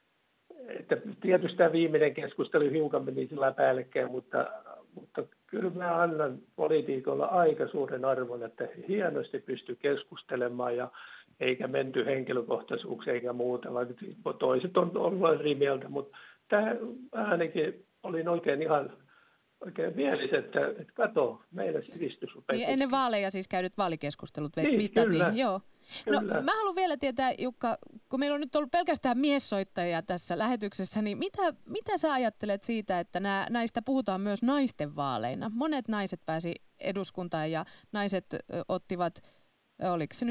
tietysti tämä viimeinen keskustelu hiukan meni sillä päällekkäin, mutta kyllä mä annan poliitikolla aika suuren arvon, että hienosti pystyy keskustelemaan ja eikä menty henkilökohtaisuuksiin eikä muuta, vaikka toiset on ollut eri mieltä, mutta tämä ainakin olin oikein mielis, että kato, meillä sivistys rupeaa. Niin ennen vaaleja siis käydyt vaalikeskustelut. Niin, kyllä. Niin, joo. No, mä haluan vielä tietää, Jukka, kun meillä on nyt ollut pelkästään miessoittajia tässä lähetyksessä, niin mitä sä ajattelet siitä, että näistä puhutaan myös naisten vaaleina? Monet naiset pääsi eduskuntaan ja naiset ottivat, oliko se nyt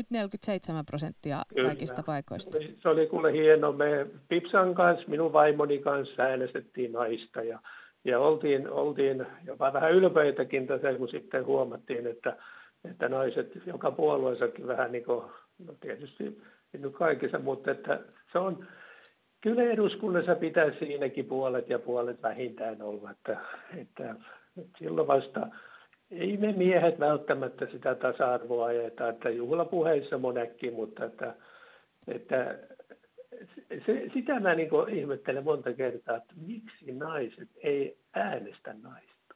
47% kaikista paikoista? Se oli kuule hieno. Me Pipsan kanssa, minun vaimoni kanssa äänestettiin naista ja oltiin jopa vähän ylpeitäkin tässä, kun sitten huomattiin, että naiset joka puolueessakin vähän niin kuin, no tietysti nyt kaikissa, mutta että se on, kyllä eduskunnassa pitää siinäkin puolet vähintään olla, että silloin vasta ei me miehet välttämättä sitä tasa-arvoa ajeta, että juhlapuheissa monetkin, mutta että sitä mä niin kuin ihmettelen monta kertaa, että miksi naiset ei äänestä naista.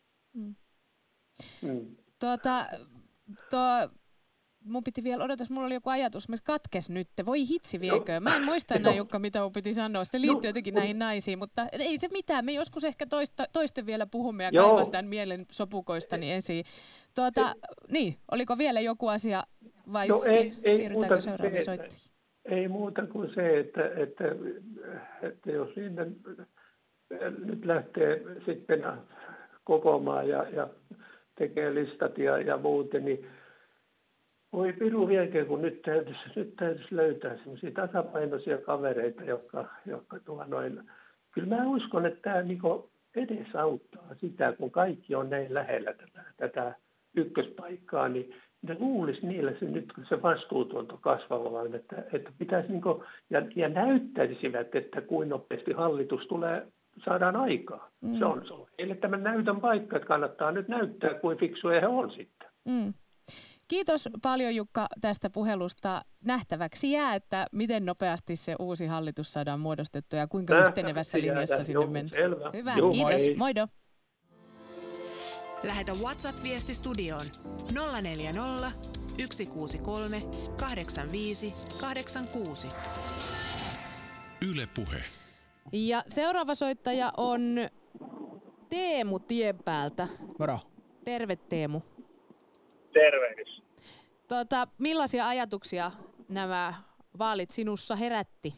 Mun piti vielä odottaa, mulla oli joku ajatus, mä katkes nyt, voi hitsi viekö. Mä en muista enää, Jukka, mitä mun piti sanoa. Se liittyy jotenkin näihin naisiin, mutta ei se mitään. Me joskus ehkä toisten vielä puhumme ja kaivan tämän mielen sopukoistani esiin. Niin, oliko vielä joku asia vai siirrytäänkö seuraavaan soittajaan? Ei muuta kuin se, että jos sinne nyt lähtee sitten kokoamaan ja tekee listat ja muuten, niin voi piru vieläkö, kun nyt täytyisi löytää sellaisia tasapainoisia kavereita, jotka kyllä mä uskon, että tämä niinku edesauttaa sitä, kun kaikki on näin lähellä tätä ykköspaikkaa, niin ne luulisi niille se nyt, kun se vastuutunto kasvavan, että pitäisi niinku, ja näyttäisivät, että kuin nopeasti hallitus saadaan aikaa. Se on heille tämän näytön paikka, että kannattaa nyt näyttää, kuin fiksuja he on sitten. Kiitos paljon, Jukka, tästä puhelusta. Nähtäväksi jää, että miten nopeasti se uusi hallitus saadaan muodostettua ja kuinka yhtenevässä linjassa sinne mennään. Hyvä, kiitos. Moido. Lähetä WhatsApp-viesti studioon 040 163 85 86. Yle Puhe. Ja seuraava soittaja on Teemu Tienpäältä. Moro. Terve, Teemu. Tervehdys. Millaisia ajatuksia nämä vaalit sinussa herätti?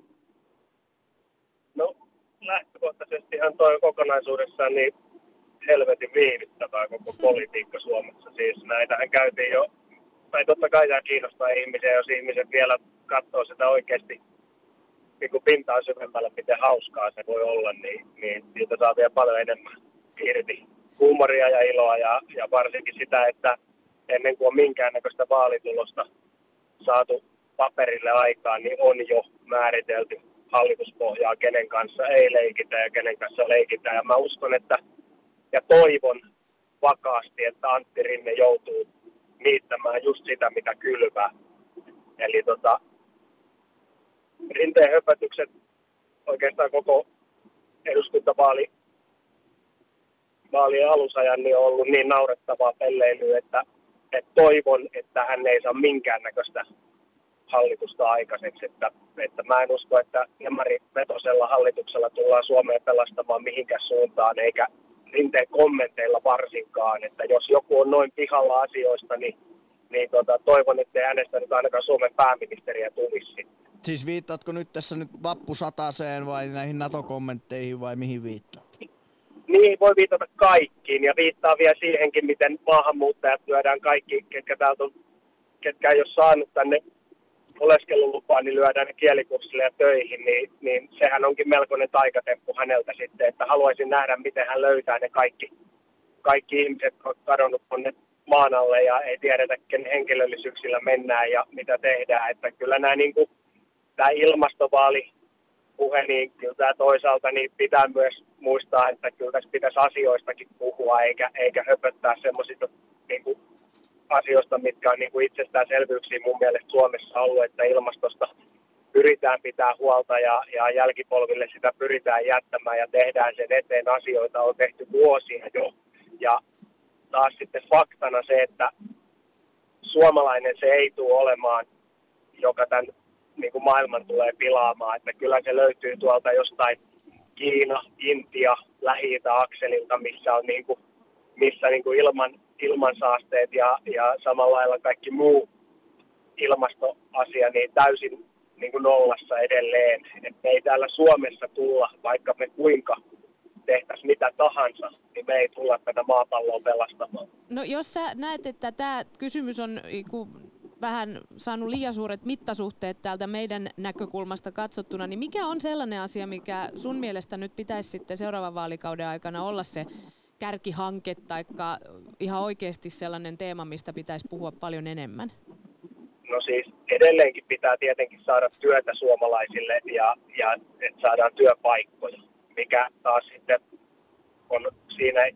No lähtökohtaisestihan toi kokonaisuudessaan niin helvetin viihdyttävää koko politiikka Suomessa. Siis näitähän käytiin jo, tai totta kai tämä kiinnostaa ihmisiä, jos ihmiset vielä katsoo sitä oikeasti niin kuin pintaa syvemmällä, miten hauskaa se voi olla, niin siitä saa vielä paljon enemmän irti huumoria ja iloa ja varsinkin sitä, että ennen kuin on minkäännäköistä vaalitulosta saatu paperille aikaan, niin on jo määritelty hallituspohjaa, kenen kanssa ei leikitä ja kenen kanssa leikitään. Ja mä uskon, että ja toivon vakaasti, että Antti Rinne joutuu niittämään just sitä, mitä kylvää. Eli Rinteen höpötykset oikeastaan koko eduskuntavaali vaalien alusajan niin on ollut niin naurettavaa pelleilyä, että toivon, että hän ei saa minkäännäköistä hallitusta aikaiseksi. Että mä en usko, että demaritosella hallituksella tullaan Suomeen pelastamaan mihinkään suuntaan, eikä Rinteen kommenteilla varsinkaan. Että jos joku on noin pihalla asioista, niin toivon, että ei hänestä nyt ainakaan Suomen pääministeriä tulisi. Siis viittaatko nyt tässä vappusataseen vai näihin NATO-kommentteihin vai mihin viittaat? Niin, voi viitata kaikkiin ja viittaa vielä siihenkin, miten maahanmuuttajat lyödään kaikki, ketkä ei ole saanut tänne oleskelulupaa, niin lyödään ne kielikurssille ja töihin, niin sehän onkin melkoinen taikatemppu häneltä sitten, että haluaisin nähdä, miten hän löytää ne kaikki ihmiset, jotka on kadonnut tuonne maan alle ja ei tiedetä, ken henkilöllisyyksillä mennään ja mitä tehdään, että kyllä nämä tämä ilmastovaalipuhe, niin kyllä tämä toisaalta niin pitää myös muistaa, että kyllä tässä pitäisi asioistakin puhua, eikä höpöttää semmoisista niin asioista, mitkä on niin itsestäänselvyyksiä mun mielestä Suomessa ollut, että ilmastosta pyritään pitää huolta ja jälkipolville sitä pyritään jättämään ja tehdään sen eteen asioita, on tehty vuosia jo. Ja taas sitten faktana se, että suomalainen se ei tule olemaan, joka tämän niin kuin maailman tulee pilaamaan, että kyllä se löytyy tuolta jostain Kiina, Intia, Lähi-Itä-akselilta, missä on missä ilmansaasteet ja samalla lailla kaikki muu ilmastoasia niin täysin niin kuin nollassa edelleen. Et me ei täällä Suomessa tulla, vaikka me kuinka tehtäisiin mitä tahansa, niin me ei tulla tätä maapalloa pelastamaan. No jos sä näet, että tämä kysymys on vähän saanut liian suuret mittasuhteet täältä meidän näkökulmasta katsottuna, niin mikä on sellainen asia, mikä sun mielestä nyt pitäisi sitten seuraavan vaalikauden aikana olla se kärkihanke tai ihan oikeasti sellainen teema, mistä pitäisi puhua paljon enemmän? No siis edelleenkin pitää tietenkin saada työtä suomalaisille ja että saadaan työpaikkoja, mikä taas sitten on siinä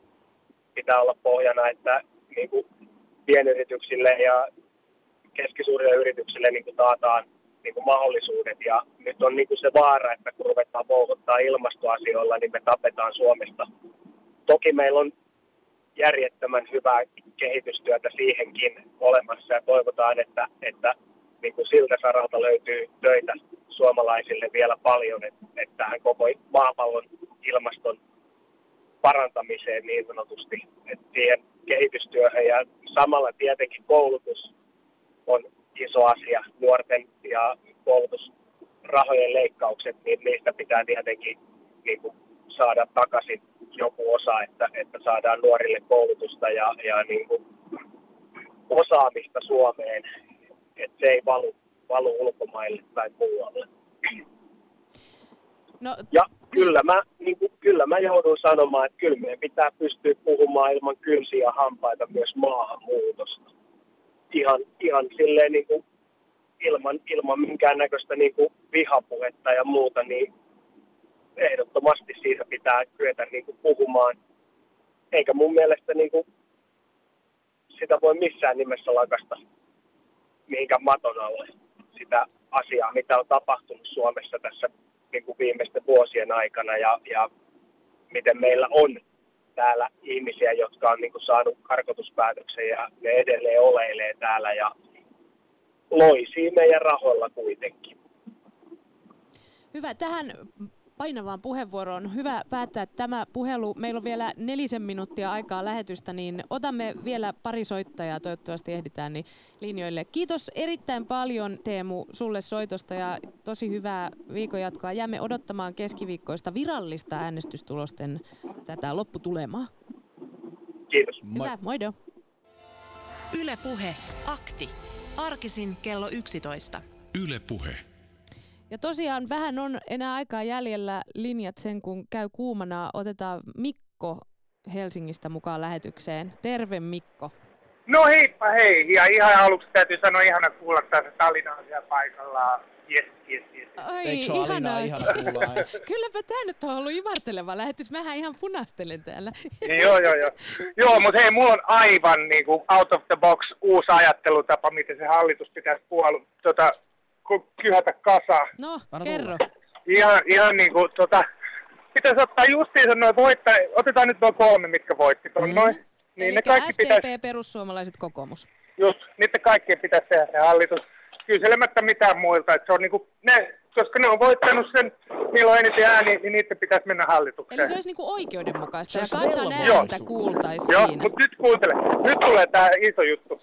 pitää olla pohjana, että niin kuin pienyrityksille ja keskisuurille yrityksille niin kuin taataan niin kuin mahdollisuudet. Ja nyt on niin kuin se vaara, että kun ruvetaan vouhottaa ilmastoasioilla, niin me tapetaan Suomesta. Toki meillä on järjettömän hyvää kehitystyötä siihenkin olemassa ja toivotaan, että niin kuin siltä saralta löytyy töitä suomalaisille vielä paljon, että tähän koko maapallon ilmaston parantamiseen niin sanotusti, että siihen kehitystyöhön ja samalla tietenkin koulutus on iso asia, nuorten ja koulutusrahojen leikkaukset, niin niistä pitää tietenkin niin kuin saada takaisin joku osa, että saadaan nuorille koulutusta ja niin kuin osaamista Suomeen, että se ei valu ulkomaille tai muualle. No. Ja kyllä mä joudun sanomaan, että kyllä meidän pitää pystyä puhumaan ilman kynsiä ja hampaita myös maahanmuutosta. Ihan silleen niin kuin ilman minkäännäköistä niin kuin vihapuhetta ja muuta, niin ehdottomasti siitä pitää kyetä niin kuin puhumaan. Eikä mun mielestä niin kuin sitä voi missään nimessä lakasta mihinkään maton alle sitä asiaa, mitä on tapahtunut Suomessa tässä niin kuin viimeisten vuosien aikana ja miten meillä on täällä ihmisiä, jotka on niin kuin saanut karkotuspäätöksen ja ne edelleen oleilee täällä ja loisii meidän rahoilla kuitenkin. Hyvä. Tähän painavaan puheenvuoroon on hyvä päättää tämä puhelu. Meillä on vielä 4 minuuttia aikaa lähetystä, niin otamme vielä pari soittajaa, toivottavasti ehditään niin linjoille. Kiitos erittäin paljon, Teemu, sulle soitosta ja tosi hyvää viikonjatkoa. Jäämme odottamaan keskiviikkoista virallista äänestystulosten tätä lopputulemaa. Kiitos. Hyvä, moido. Yle Puhe, akti. Arkisin kello 11. Yle Puhe. Ja tosiaan vähän on enää aikaa jäljellä linjat sen, kun käy kuumana. Otetaan Mikko Helsingistä mukaan lähetykseen. Terve, Mikko. No heippa hei. Ja ihan aluksi täytyy sanoa ihana kuulla taas, että Alina on siellä paikallaan. Yes. Ai, eikö se ole Alina ihana kuulla? Kylläpä tämä nyt on ollut imarteleva lähetys. Mähän ihan punastelen täällä. Joo, mutta hei, mulla on aivan niin kuin out of the box uusi ajattelutapa, miten se hallitus pitäisi kyhätä kasaan. No, kerro. Ihan niin kuin pitäisi ottaa justiinsa noin voittajat, otetaan nyt noin 3, mitkä voitti tuon noin. Niin ne kaikki SDP, pitäisi, perussuomalaiset, kokoomus. just, niiden kaikkien pitäisi tehdä se hallitus. Kyselemättä mitään muilta, että se on niinku, koska ne on voittanut sen, niillä on eniten ääni, niin niiden pitäisi mennä hallitukseen. Eli se olisi niinku oikeudenmukaista ja Se olisi kansan velvollisuus. ääntä kuultaisi Joo, siinä. mutta nyt kuuntele. Nyt tulee tää iso juttu.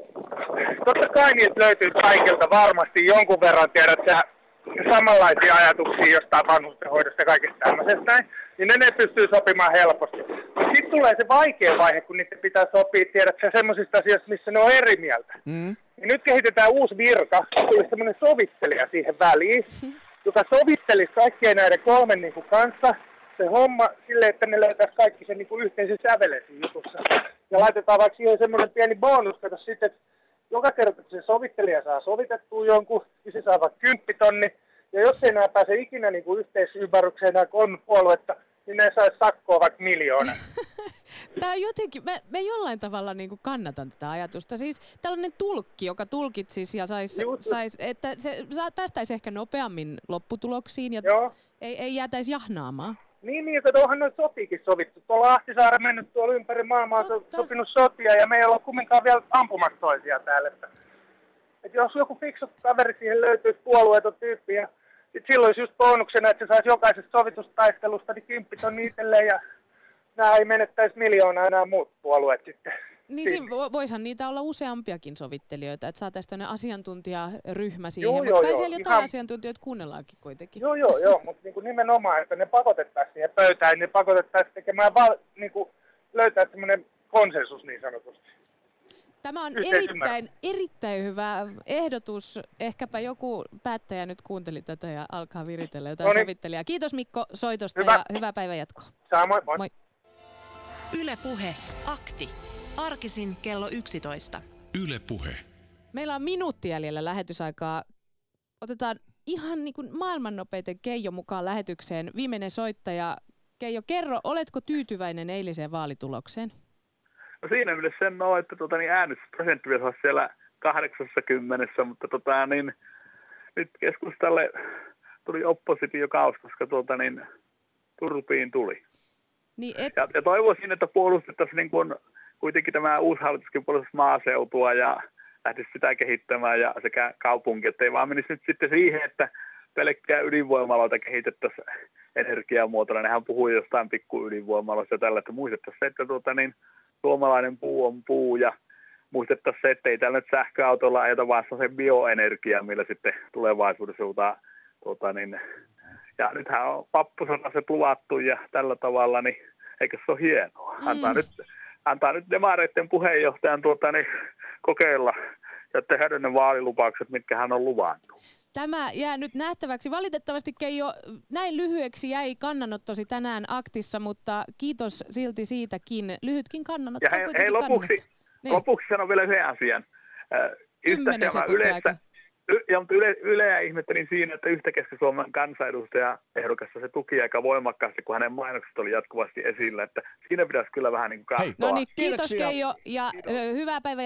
Totta kai niiltä löytyy kaikilta varmasti jonkun verran, tiedät sä, samanlaisia ajatuksia jostain vanhustenhoidosta ja kaikesta tämmöisestä, niin ne pystyy sopimaan helposti. Mutta sitten tulee se vaikea vaihe, kun niiden pitää sopia, tiedät sä, semmoisista asioista, missä ne on eri mieltä. Ja nyt kehitetään uusi virka, tuli semmoinen sovittelija siihen väliin, joka sovittelisi kaikkien näiden 3 niin kuin kanssa se homma silleen, että ne löytäisi kaikki sen niin kuin yhteisen sävelen siinä jutussa. Ja laitetaan vaikka siihen semmoinen pieni bonus, kato sitten, että joka kerta, kun se sovittelija saa sovitettua jonkun, niin se saa vaikka 10 000. Ja jos ei nämä pääse ikinä niin kuin yhteisymmärrykseen nämä 3 puoluetta, niin ne saisi sakkoa vaikka 1 000 000. Tämä on jotenkin, mä jollain tavalla niin kuin kannatan tätä ajatusta. Siis tällainen tulkki, joka tulkitsisi ja sais, että se päästäisi ehkä nopeammin lopputuloksiin ja ei jäätäisi jahnaamaan. Niin, että onhan noin sotiikin sovittu. Tuolla Ahtisaari mennyt tuolla ympäri maailmaa sopinut sotia ja me ei olla kumminkaan vielä ampumassa toisia täällä. Että jos joku fiksu kaveri siihen löytyisi puolueeton tyyppi ja silloin olisi just bonuksena, että se saisi jokaisesta sovitustaistelusta niin 10 000 itselleen ja nämä ei menettäisi 1 000 000 enää muut puolueet sitten. Niin voisihan niitä olla useampiakin sovittelijoita, että saataisiin tämmöinen asiantuntijaryhmä siihen, mutta kai siellä jotain asiantuntijoita kuunnellaankin kuitenkin. Joo, mutta niinku nimenomaan, että ne pakotettaisiin siihen pöytään, ne pakotettaisiin tekemään, niinku löytää semmoinen konsensus niin sanotusti. Tämä on erittäin hyvä ehdotus. Ehkäpä joku päättäjä nyt kuunteli tätä ja alkaa viritellä jotain sovittelijaa. Kiitos Mikko soitosta ja hyvää päivän jatkoa. Samoin, moi. Yle Puhe, akti. Arkisin kello 11. Yle Puhe. Meillä on minuutti jäljellä lähetysaikaa. Otetaan ihan niin kuin maailmannopeiten Keijo mukaan lähetykseen. Viimeinen soittaja. Keijo, kerro, oletko tyytyväinen eiliseen vaalitulokseen? No siinä mielessä sen on, että äänestysprosentti pitäisi olla siellä 80, mutta nyt keskustalle tuli oppositiokaus, koska turpiin tuli. Niin ja toivoisin, että puolustettaisiin niin kuin kuitenkin tämä uusi hallituskin puolustaisi maaseutua ja lähtisi sitä kehittämään ja sekä kaupunki, että ei vaan menisi nyt sitten siihen, että pelkkää ydinvoimaloita kehitettäisiin energiamuotona. Nehän puhuu jostain pikku ydinvoimaloista ja tällä, että muistettaisiin se, että suomalainen puu on puu ja muistettaisiin se, että ei täällä nyt sähköautolla ajeta vaan se bioenergia, millä sitten tulevaisuudessa ja nythän on pappusana se luvattu ja tällä tavalla, niin eikö se ole hienoa? Antaa nyt demareiden puheenjohtajan kokeilla ja tehdä ne vaalilupaukset, mitkä hän on luvannut. Tämä jää nyt nähtäväksi. Valitettavasti Keijo, näin lyhyeksi jäi kannanottosi tänään aktissa, mutta kiitos silti siitäkin. Lyhytkin kannanotto on kuitenkin lopuksi sanon vielä yhden asian. 10 sekuntia aika. Mutta Yleä ihmettelin siinä, että yhtä Keski-Suomen kansanedustaja ehdokassa se tuki aika voimakkaasti, kun hänen mainokset oli jatkuvasti esillä. Että siinä pitäisi kyllä vähän niin kuin katsoa. No niin, kiitos Keijo ja hyvää päivää.